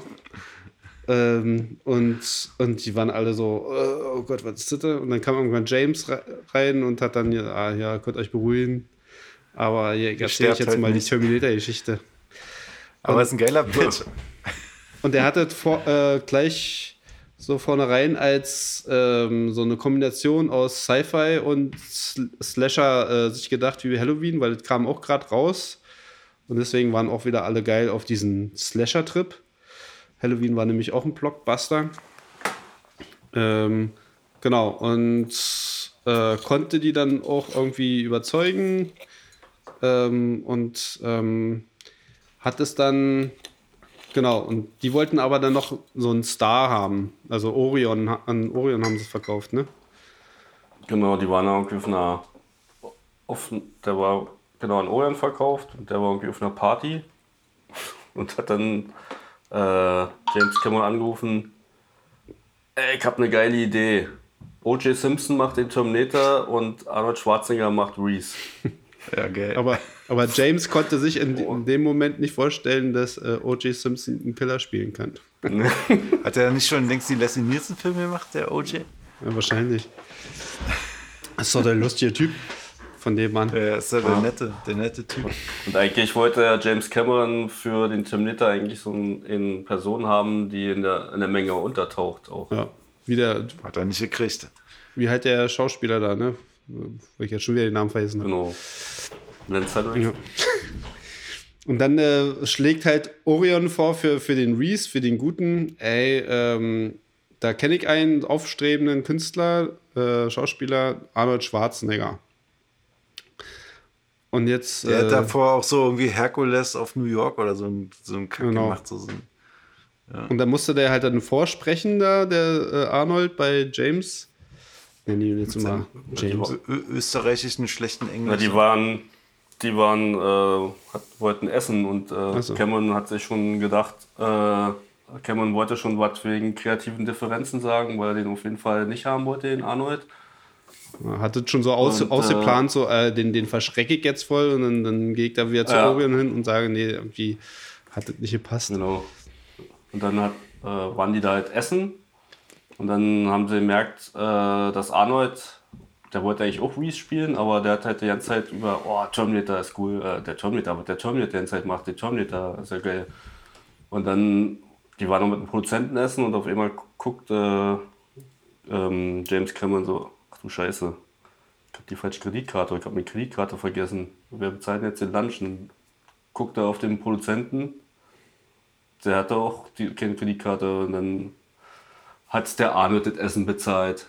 Und die waren alle so, oh Gott, was ist das? Und dann kam irgendwann James rein und hat dann, ja, könnt euch beruhigen. Aber hier erzähle ich jetzt halt mal nicht die Terminator-Geschichte. Aber es ist ein geiler Pitch. Und er hatte gleich so vornherein als so eine Kombination aus Sci-Fi und Slasher sich gedacht wie Halloween, weil das kam auch gerade raus. Und deswegen waren auch wieder alle geil auf diesen Slasher-Trip. Halloween war nämlich auch ein Blockbuster. Genau, und konnte die dann auch irgendwie überzeugen. Und hat es dann, genau, und die wollten aber dann noch so einen Star haben. Also an Orion haben sie es verkauft, ne? Genau, die waren irgendwie der war genau an Orion verkauft und der war irgendwie auf einer Party und hat dann James Cameron angerufen, ey, ich hab eine geile Idee. O.J. Simpson macht den Terminator und Arnold Schwarzenegger macht Reese. Ja, geil. Aber James konnte sich in dem Moment nicht vorstellen, dass O.J. Simpson einen Killer spielen kann. Hat er nicht schon längst die Leslie Nielsen-Filme gemacht, der O.J.? Ja, wahrscheinlich. Das ist doch der lustige Typ von dem Mann. Ja, ist ja der nette Typ. Und eigentlich wollte James Cameron für den Terminator eigentlich so eine Person haben, die in der Menge untertaucht auch. Ja, hat er nicht gekriegt. Wie halt der Schauspieler da, ne? Weil ich jetzt schon wieder den Namen vergessen habe. Genau. Lance Henriksen. Ja. Und dann schlägt halt Orion vor für den Reese, für den Guten. Ey, da kenne ich einen aufstrebenden Künstler, Schauspieler, Arnold Schwarzenegger. Und jetzt... Der hat davor auch so irgendwie Herkules auf New York oder so ein Kack gemacht. Ja. Und da musste der halt dann vorsprechen, da, der Arnold bei James. Nennen die jetzt immer James. Österreichischen schlechten Englisch. Ja, die wollten essen und Cameron hat sich schon gedacht, Cameron wollte schon was wegen kreativen Differenzen sagen, weil er den auf jeden Fall nicht haben wollte, den Arnold. Hat es schon so ausgeplant, so den verschrecke ich jetzt voll und dann gehe ich da wieder zu Orion hin und sage, nee, irgendwie hat das nicht gepasst. Genau. Und dann waren die da halt essen und dann haben sie gemerkt, dass Arnold, der wollte eigentlich auch Reese spielen, aber der hat halt die ganze Zeit über, Terminator ist cool, der Terminator die ganze Zeit macht, der Terminator ist ja geil. Und dann, die waren noch mit einem Produzenten essen und auf einmal guckt James Cameron so, ach du Scheiße, ich hab die falsche Kreditkarte, ich hab meine Kreditkarte vergessen. Wir bezahlen jetzt den Lunch. Und guckt er auf den Produzenten, der hatte auch keine Kreditkarte und dann hat der Arnold das Essen bezahlt.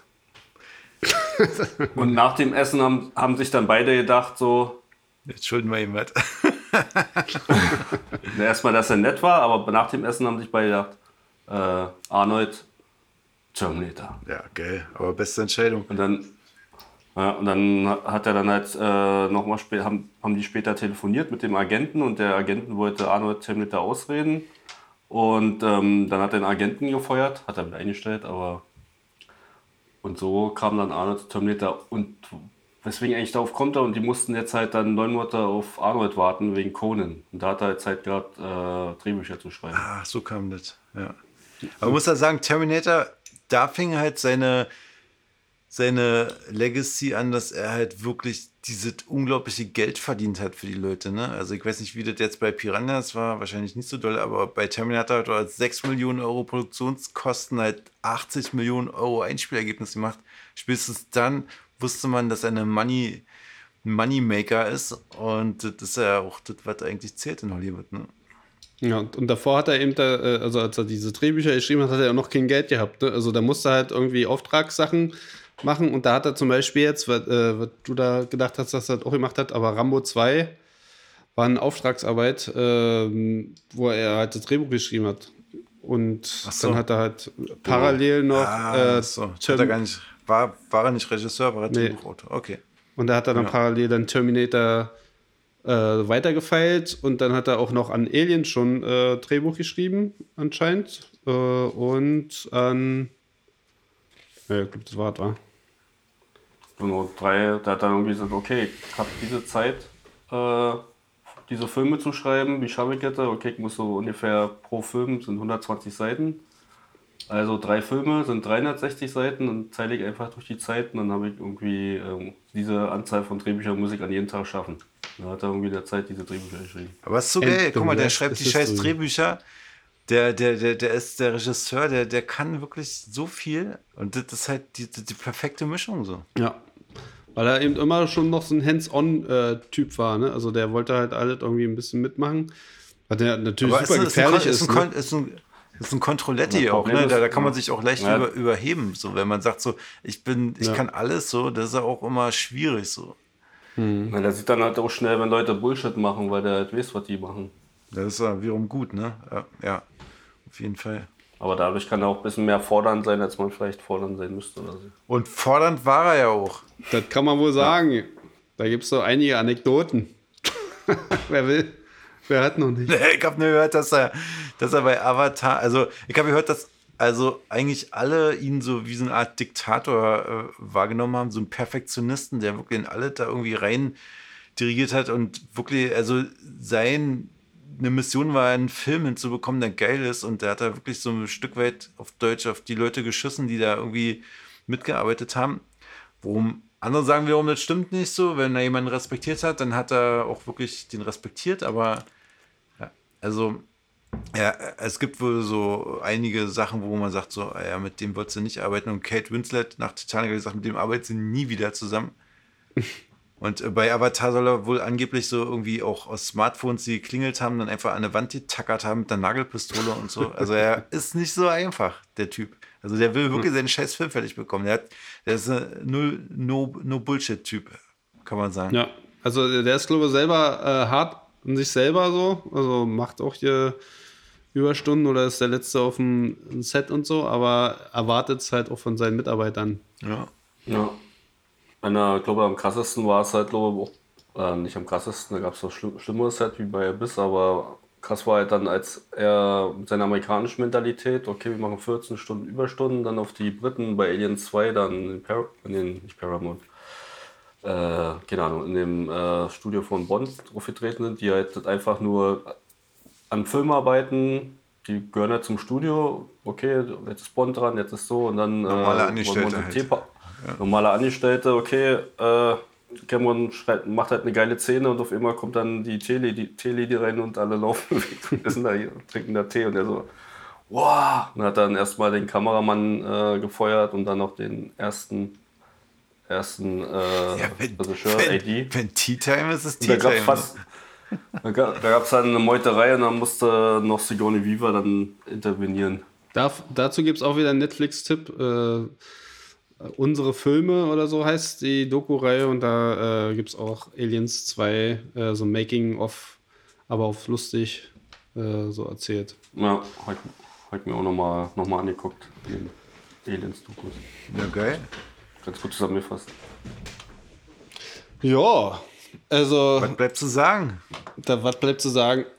Und nach dem Essen haben sich dann beide gedacht so, jetzt schulden wir ihm was. Erstmal, dass er nett war, aber nach dem Essen haben sich beide gedacht, Arnold, Terminator. Ja, geil, aber beste Entscheidung. Und dann hat er dann halt nochmal später, haben die später telefoniert mit dem Agenten und der Agenten wollte Arnold Terminator ausreden Und dann hat er einen Agenten gefeuert, hat er wieder eingestellt, aber und so kam dann Arnold zu Terminator und weswegen eigentlich darauf kommt er und die mussten jetzt halt dann 9 Monate auf Arnold warten wegen Conan. Und da hat er jetzt halt gerade Drehbücher zu schreiben. Ah, so kam das, ja. Aber man muss ja sagen, Terminator, da fing halt seine Legacy an, dass er halt wirklich dieses unglaubliche Geld verdient hat für die Leute, ne? Also ich weiß nicht, wie das jetzt bei Piranhas war, wahrscheinlich nicht so doll, aber bei Terminator hat er als 6 Millionen Euro Produktionskosten halt 80 Millionen Euro Einspielergebnis gemacht. Spätestens dann wusste man, dass er ein Moneymaker ist und das ist ja auch das, was eigentlich zählt in Hollywood, ne? Ja, und davor hat er eben, also als er diese Drehbücher geschrieben hat, hat er ja noch kein Geld gehabt, ne? Also da musste er halt irgendwie Auftragssachen machen und da hat er zum Beispiel jetzt, was du da gedacht hast, dass er das auch gemacht hat, aber Rambo 2 war eine Auftragsarbeit, wo er halt das Drehbuch geschrieben hat. Und so. Dann hat er halt parallel noch so. Hat er gar nicht, war er nicht Regisseur, war er Drehbuchautor. Okay. Und da hat er dann parallel dann Terminator weitergefeilt und dann hat er auch noch an Alien schon Drehbuch geschrieben, anscheinend. Und an ich glaube, das war. Genau, der hat dann irgendwie gesagt, okay, ich habe diese Zeit, diese Filme zu schreiben, wie schaffe ich das? Okay, ich muss so ungefähr pro Film, sind 120 Seiten. Also 3 Filme sind 360 Seiten, dann teile ich einfach durch die Zeit und dann habe ich irgendwie diese Anzahl von Drehbüchern muss ich an jeden Tag schaffen. Dann hat er irgendwie der Zeit diese Drehbücher geschrieben. Aber es ist so geil, guck mal, der schreibt die scheiß Drehbücher. Der ist der Regisseur, der kann wirklich so viel und das ist halt die perfekte Mischung so. Ja, weil er eben immer schon noch so ein Hands-on-Typ war, ne? Also der wollte halt alles irgendwie ein bisschen mitmachen, was der natürlich aber super gefährlich ist. Ist ein Controletti auch, ne? Da kann man sich auch leicht überheben, so wenn man sagt so, ich kann alles so, das ist ja auch immer schwierig so. Ja, der sieht dann halt auch schnell, wenn Leute Bullshit machen, weil der halt weiß, was die machen. Das ist ja wiederum gut, ne? Ja, auf jeden Fall. Aber dadurch kann er auch ein bisschen mehr fordernd sein, als man vielleicht fordernd sein müsste. Oder so. Und fordernd war er ja auch. Das kann man wohl sagen. Ja. Da gibt es so einige Anekdoten. Wer will? Wer hat noch nicht? Ich habe nur gehört, dass er bei Avatar, also ich habe gehört, dass also eigentlich alle ihn so wie so eine Art Diktator wahrgenommen haben, so einen Perfektionisten, der wirklich in alles da irgendwie rein dirigiert hat und wirklich, also eine Mission war, einen Film hinzubekommen, der geil ist und der hat da wirklich so ein Stück weit auf Deutsch auf die Leute geschissen, die da irgendwie mitgearbeitet haben. Worum andere sagen wiederum, das stimmt nicht so, wenn er jemanden respektiert hat, dann hat er auch wirklich den respektiert, aber ja, also ja, es gibt wohl so einige Sachen, wo man sagt so, ja, mit dem wolltest du nicht arbeiten und Kate Winslet nach Titanic hat gesagt, mit dem arbeitet sie nie wieder zusammen. Und bei Avatar soll er wohl angeblich so irgendwie auch aus Smartphones, die geklingelt haben, dann einfach an eine Wand getackert haben mit einer Nagelpistole und so. Also er ist nicht so einfach, der Typ. Also der will wirklich seinen scheiß Film fertig bekommen. Der ist ein No-Bullshit-Typ, kann man sagen. Ja, also der ist, glaube ich, selber hart in sich selber so. Also macht auch hier Überstunden oder ist der Letzte auf dem Set und so, aber erwartet es halt auch von seinen Mitarbeitern. Ja. Ich glaube, am krassesten war es halt, glaube ich, auch, nicht am krassesten, da gab es was Schlimmeres halt wie bei Abyss, aber krass war halt dann, als er mit seiner amerikanischen Mentalität, okay, wir machen 14 Stunden Überstunden, dann auf die Briten bei Alien 2, dann nicht Paramount, keine Ahnung, in dem Studio von Bond aufgetreten sind, die halt einfach nur an Film arbeiten, die gehören halt zum Studio, okay, jetzt ist Bond dran, jetzt ist so und dann normale Angestellte normale Angestellte, okay, Cameron macht halt eine geile Szene und auf einmal kommt dann die Teelady rein und alle laufen weg und trinken da Tee und der so, wow! Und hat dann erstmal den Kameramann gefeuert und dann noch den ersten Regisseur, AD. Wenn Tea-Time ist, ist Tea-Time. Da gab es dann eine Meuterei und dann musste noch Sigourney Weaver dann intervenieren. Dazu gibt es auch wieder einen Netflix-Tipp. Unsere Filme oder so heißt die Doku-Reihe und da gibt es auch Aliens 2, so Making-of, aber auf lustig so erzählt. Ja, hab ich mir auch nochmal angeguckt, den Aliens-Dokus. Ja, geil. Ganz gut zusammengefasst. Ja, also... Was bleibt zu sagen? Was bleibt zu sagen?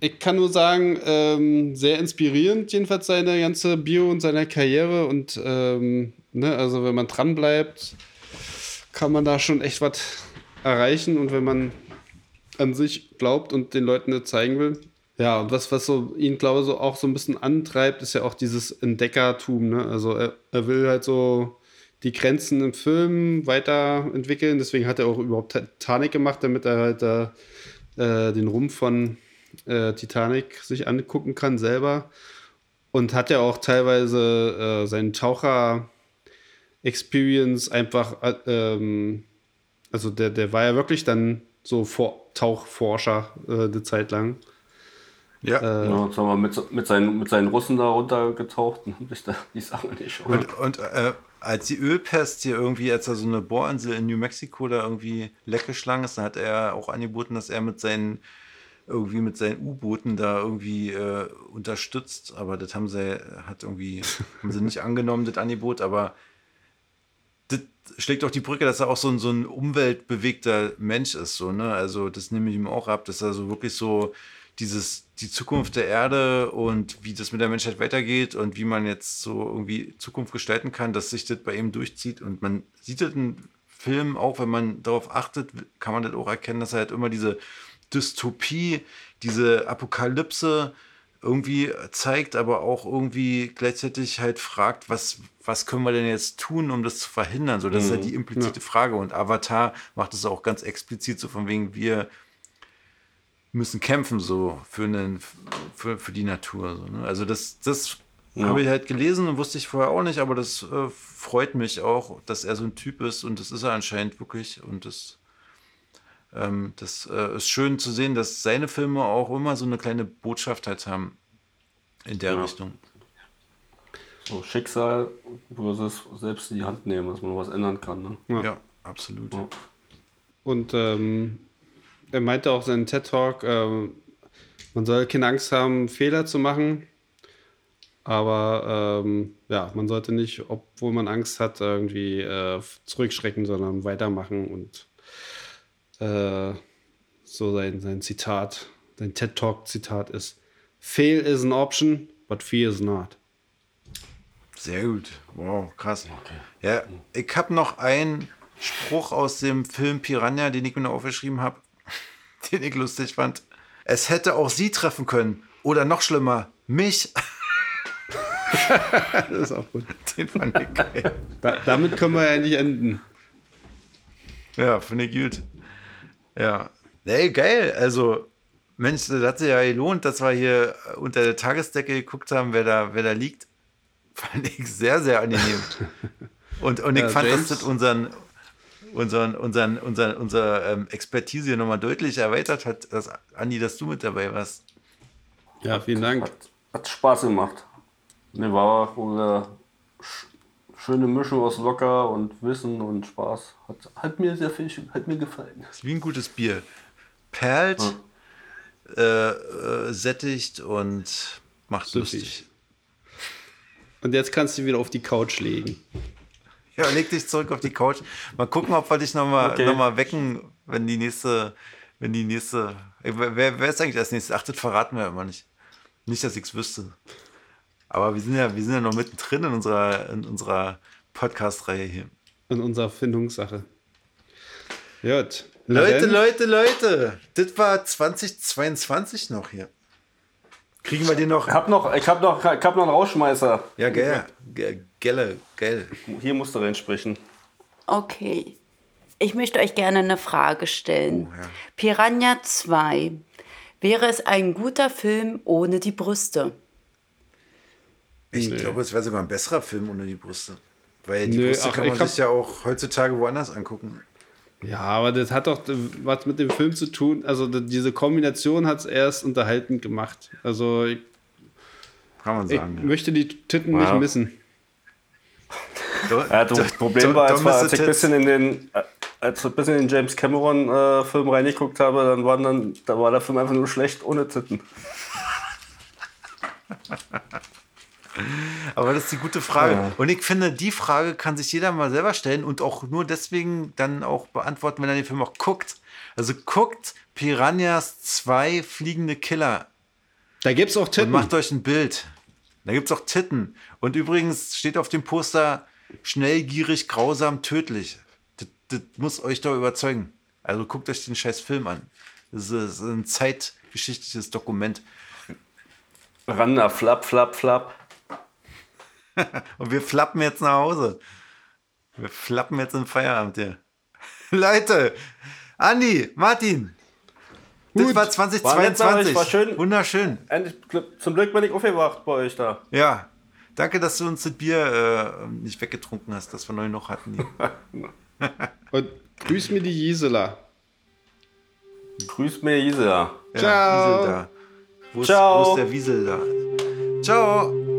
Ich kann nur sagen, sehr inspirierend jedenfalls seine ganze Bio und seine Karriere und also wenn man dran bleibt, kann man da schon echt was erreichen und wenn man an sich glaubt und den Leuten das zeigen will. Ja, und was so ihn, glaube ich, so auch so ein bisschen antreibt, ist ja auch dieses Entdeckertum, ne? Also er will halt so die Grenzen im Film weiterentwickeln, deswegen hat er auch überhaupt Titanic gemacht, damit er halt da den Rumpf von Titanic sich angucken kann selber und hat ja auch teilweise seinen Taucher-Experience einfach, also der war ja wirklich dann so Tauchforscher eine Zeit lang. Ja, jetzt haben wir mit seinen Russen da runtergetaucht und haben sich da die Sache nicht schon. Und als die Ölpest hier irgendwie, als er so eine Bohrinsel in New Mexico da irgendwie leckgeschlagen ist, dann hat er auch angeboten, dass er mit seinen U-Booten da irgendwie unterstützt. Aber das haben sie nicht angenommen, das Angebot. Aber das schlägt auch die Brücke, dass er auch so ein umweltbewegter Mensch ist. So, ne? Also das nehme ich ihm auch ab, dass er so wirklich so die Zukunft der Erde und wie das mit der Menschheit weitergeht und wie man jetzt so irgendwie Zukunft gestalten kann, dass sich das bei ihm durchzieht. Und man sieht das im Film auch, wenn man darauf achtet, kann man das auch erkennen, dass er halt immer diese Dystopie, diese Apokalypse irgendwie zeigt, aber auch irgendwie gleichzeitig halt fragt, was können wir denn jetzt tun, um das zu verhindern? So, das ist ja die implizite Frage. Und Avatar macht es auch ganz explizit so von wegen, wir müssen kämpfen so für die Natur. So, ne? Also das habe ich halt gelesen und wusste ich vorher auch nicht, aber das freut mich auch, dass er so ein Typ ist und das ist er anscheinend wirklich und das ist schön zu sehen, dass seine Filme auch immer so eine kleine Botschaft halt haben in der Richtung. So Schicksal versus selbst in die Hand nehmen, dass man was ändern kann. Ne? Ja, absolut. Ja. Und er meinte auch in seinem TED-Talk, man soll keine Angst haben, Fehler zu machen, aber man sollte nicht, obwohl man Angst hat, irgendwie zurückschrecken, sondern weitermachen und so sein Zitat, sein TED-Talk-Zitat ist: Fail is an option, but fear is not. Sehr gut. Wow, krass. Okay. Ja, ich habe noch einen Spruch aus dem Film Piranha, den ich mir noch aufgeschrieben habe, den ich lustig fand. Es hätte auch sie treffen können. Oder noch schlimmer, mich. Das ist auch gut. Den fand ich geil. Damit können wir ja nicht enden. Ja, finde ich gut. Ja. Hey, geil. Also, Mensch, das hat sich ja gelohnt, dass wir hier unter der Tagesdecke geguckt haben, wer da liegt. Fand ich sehr, sehr angenehm. Und ich fand, James, dass das unsere Expertise hier nochmal deutlich erweitert hat, dass, Andi, dass du mit dabei warst. Ja, vielen Dank. Hat Spaß gemacht. Ne, war auch eine schöne Mischung aus locker und Wissen und Spaß. Hat mir sehr viel, hat mir gefallen. Das ist wie ein gutes Bier. Perlt, sättigt und macht lustig. Und jetzt kannst du wieder auf die Couch legen. Ja, leg dich zurück auf die Couch. Mal gucken, ob wir dich noch mal wecken, wenn die nächste. Wer ist eigentlich das nächste? Ach, das verraten wir immer nicht. Nicht, dass ich es wüsste. Aber wir sind ja noch mittendrin in unserer Podcast-Reihe hier. In unserer Findungssache. Gut. Leute. Das war 2022 noch hier. Kriegen wir den noch? Ich hab noch einen Rausschmeißer. Ja, geil. Hier musst du reinsprechen. Okay. Ich möchte euch gerne eine Frage stellen. Oh, ja. Piranha 2. Wäre es ein guter Film ohne die Brüste? Ich glaube, es wäre sogar ein besserer Film ohne die Brüste. Weil die Brüste kann man sich ja auch heutzutage woanders angucken. Ja, aber das hat doch was mit dem Film zu tun. Also diese Kombination hat es erst unterhaltend gemacht. Also kann man sagen. Ich möchte die Titten nicht missen. Das Problem war, als ich ein bisschen in den James Cameron Film reingeguckt habe, da war der Film einfach nur schlecht ohne Titten. Aber das ist die gute Frage. Ja. Und ich finde, die Frage kann sich jeder mal selber stellen und auch nur deswegen dann auch beantworten, wenn er den Film auch guckt. Also guckt Piranhas 2 Fliegende Killer Da gibt's auch Titten. Und macht euch ein Bild. Da gibt's auch Titten. Und übrigens steht auf dem Poster schnell, gierig, grausam, tödlich. Das muss euch doch überzeugen. Also guckt euch den scheiß Film an. Das ist ein zeitgeschichtliches Dokument. Randa, flapp, flapp, flapp. Und wir flappen jetzt nach Hause. Wir flappen jetzt im Feierabend hier. Leute, Andi, Martin, das war 2022. War schön. Wunderschön. Zum Glück bin ich aufgewacht bei euch da. Ja, danke, dass du uns das Bier nicht weggetrunken hast, das wir neu noch hatten. Und grüß mir die Gisela. Grüß mir Gisela. Ja, Ciao. Wiesel da. Wo Ciao. ist der Wiesel da? Ciao.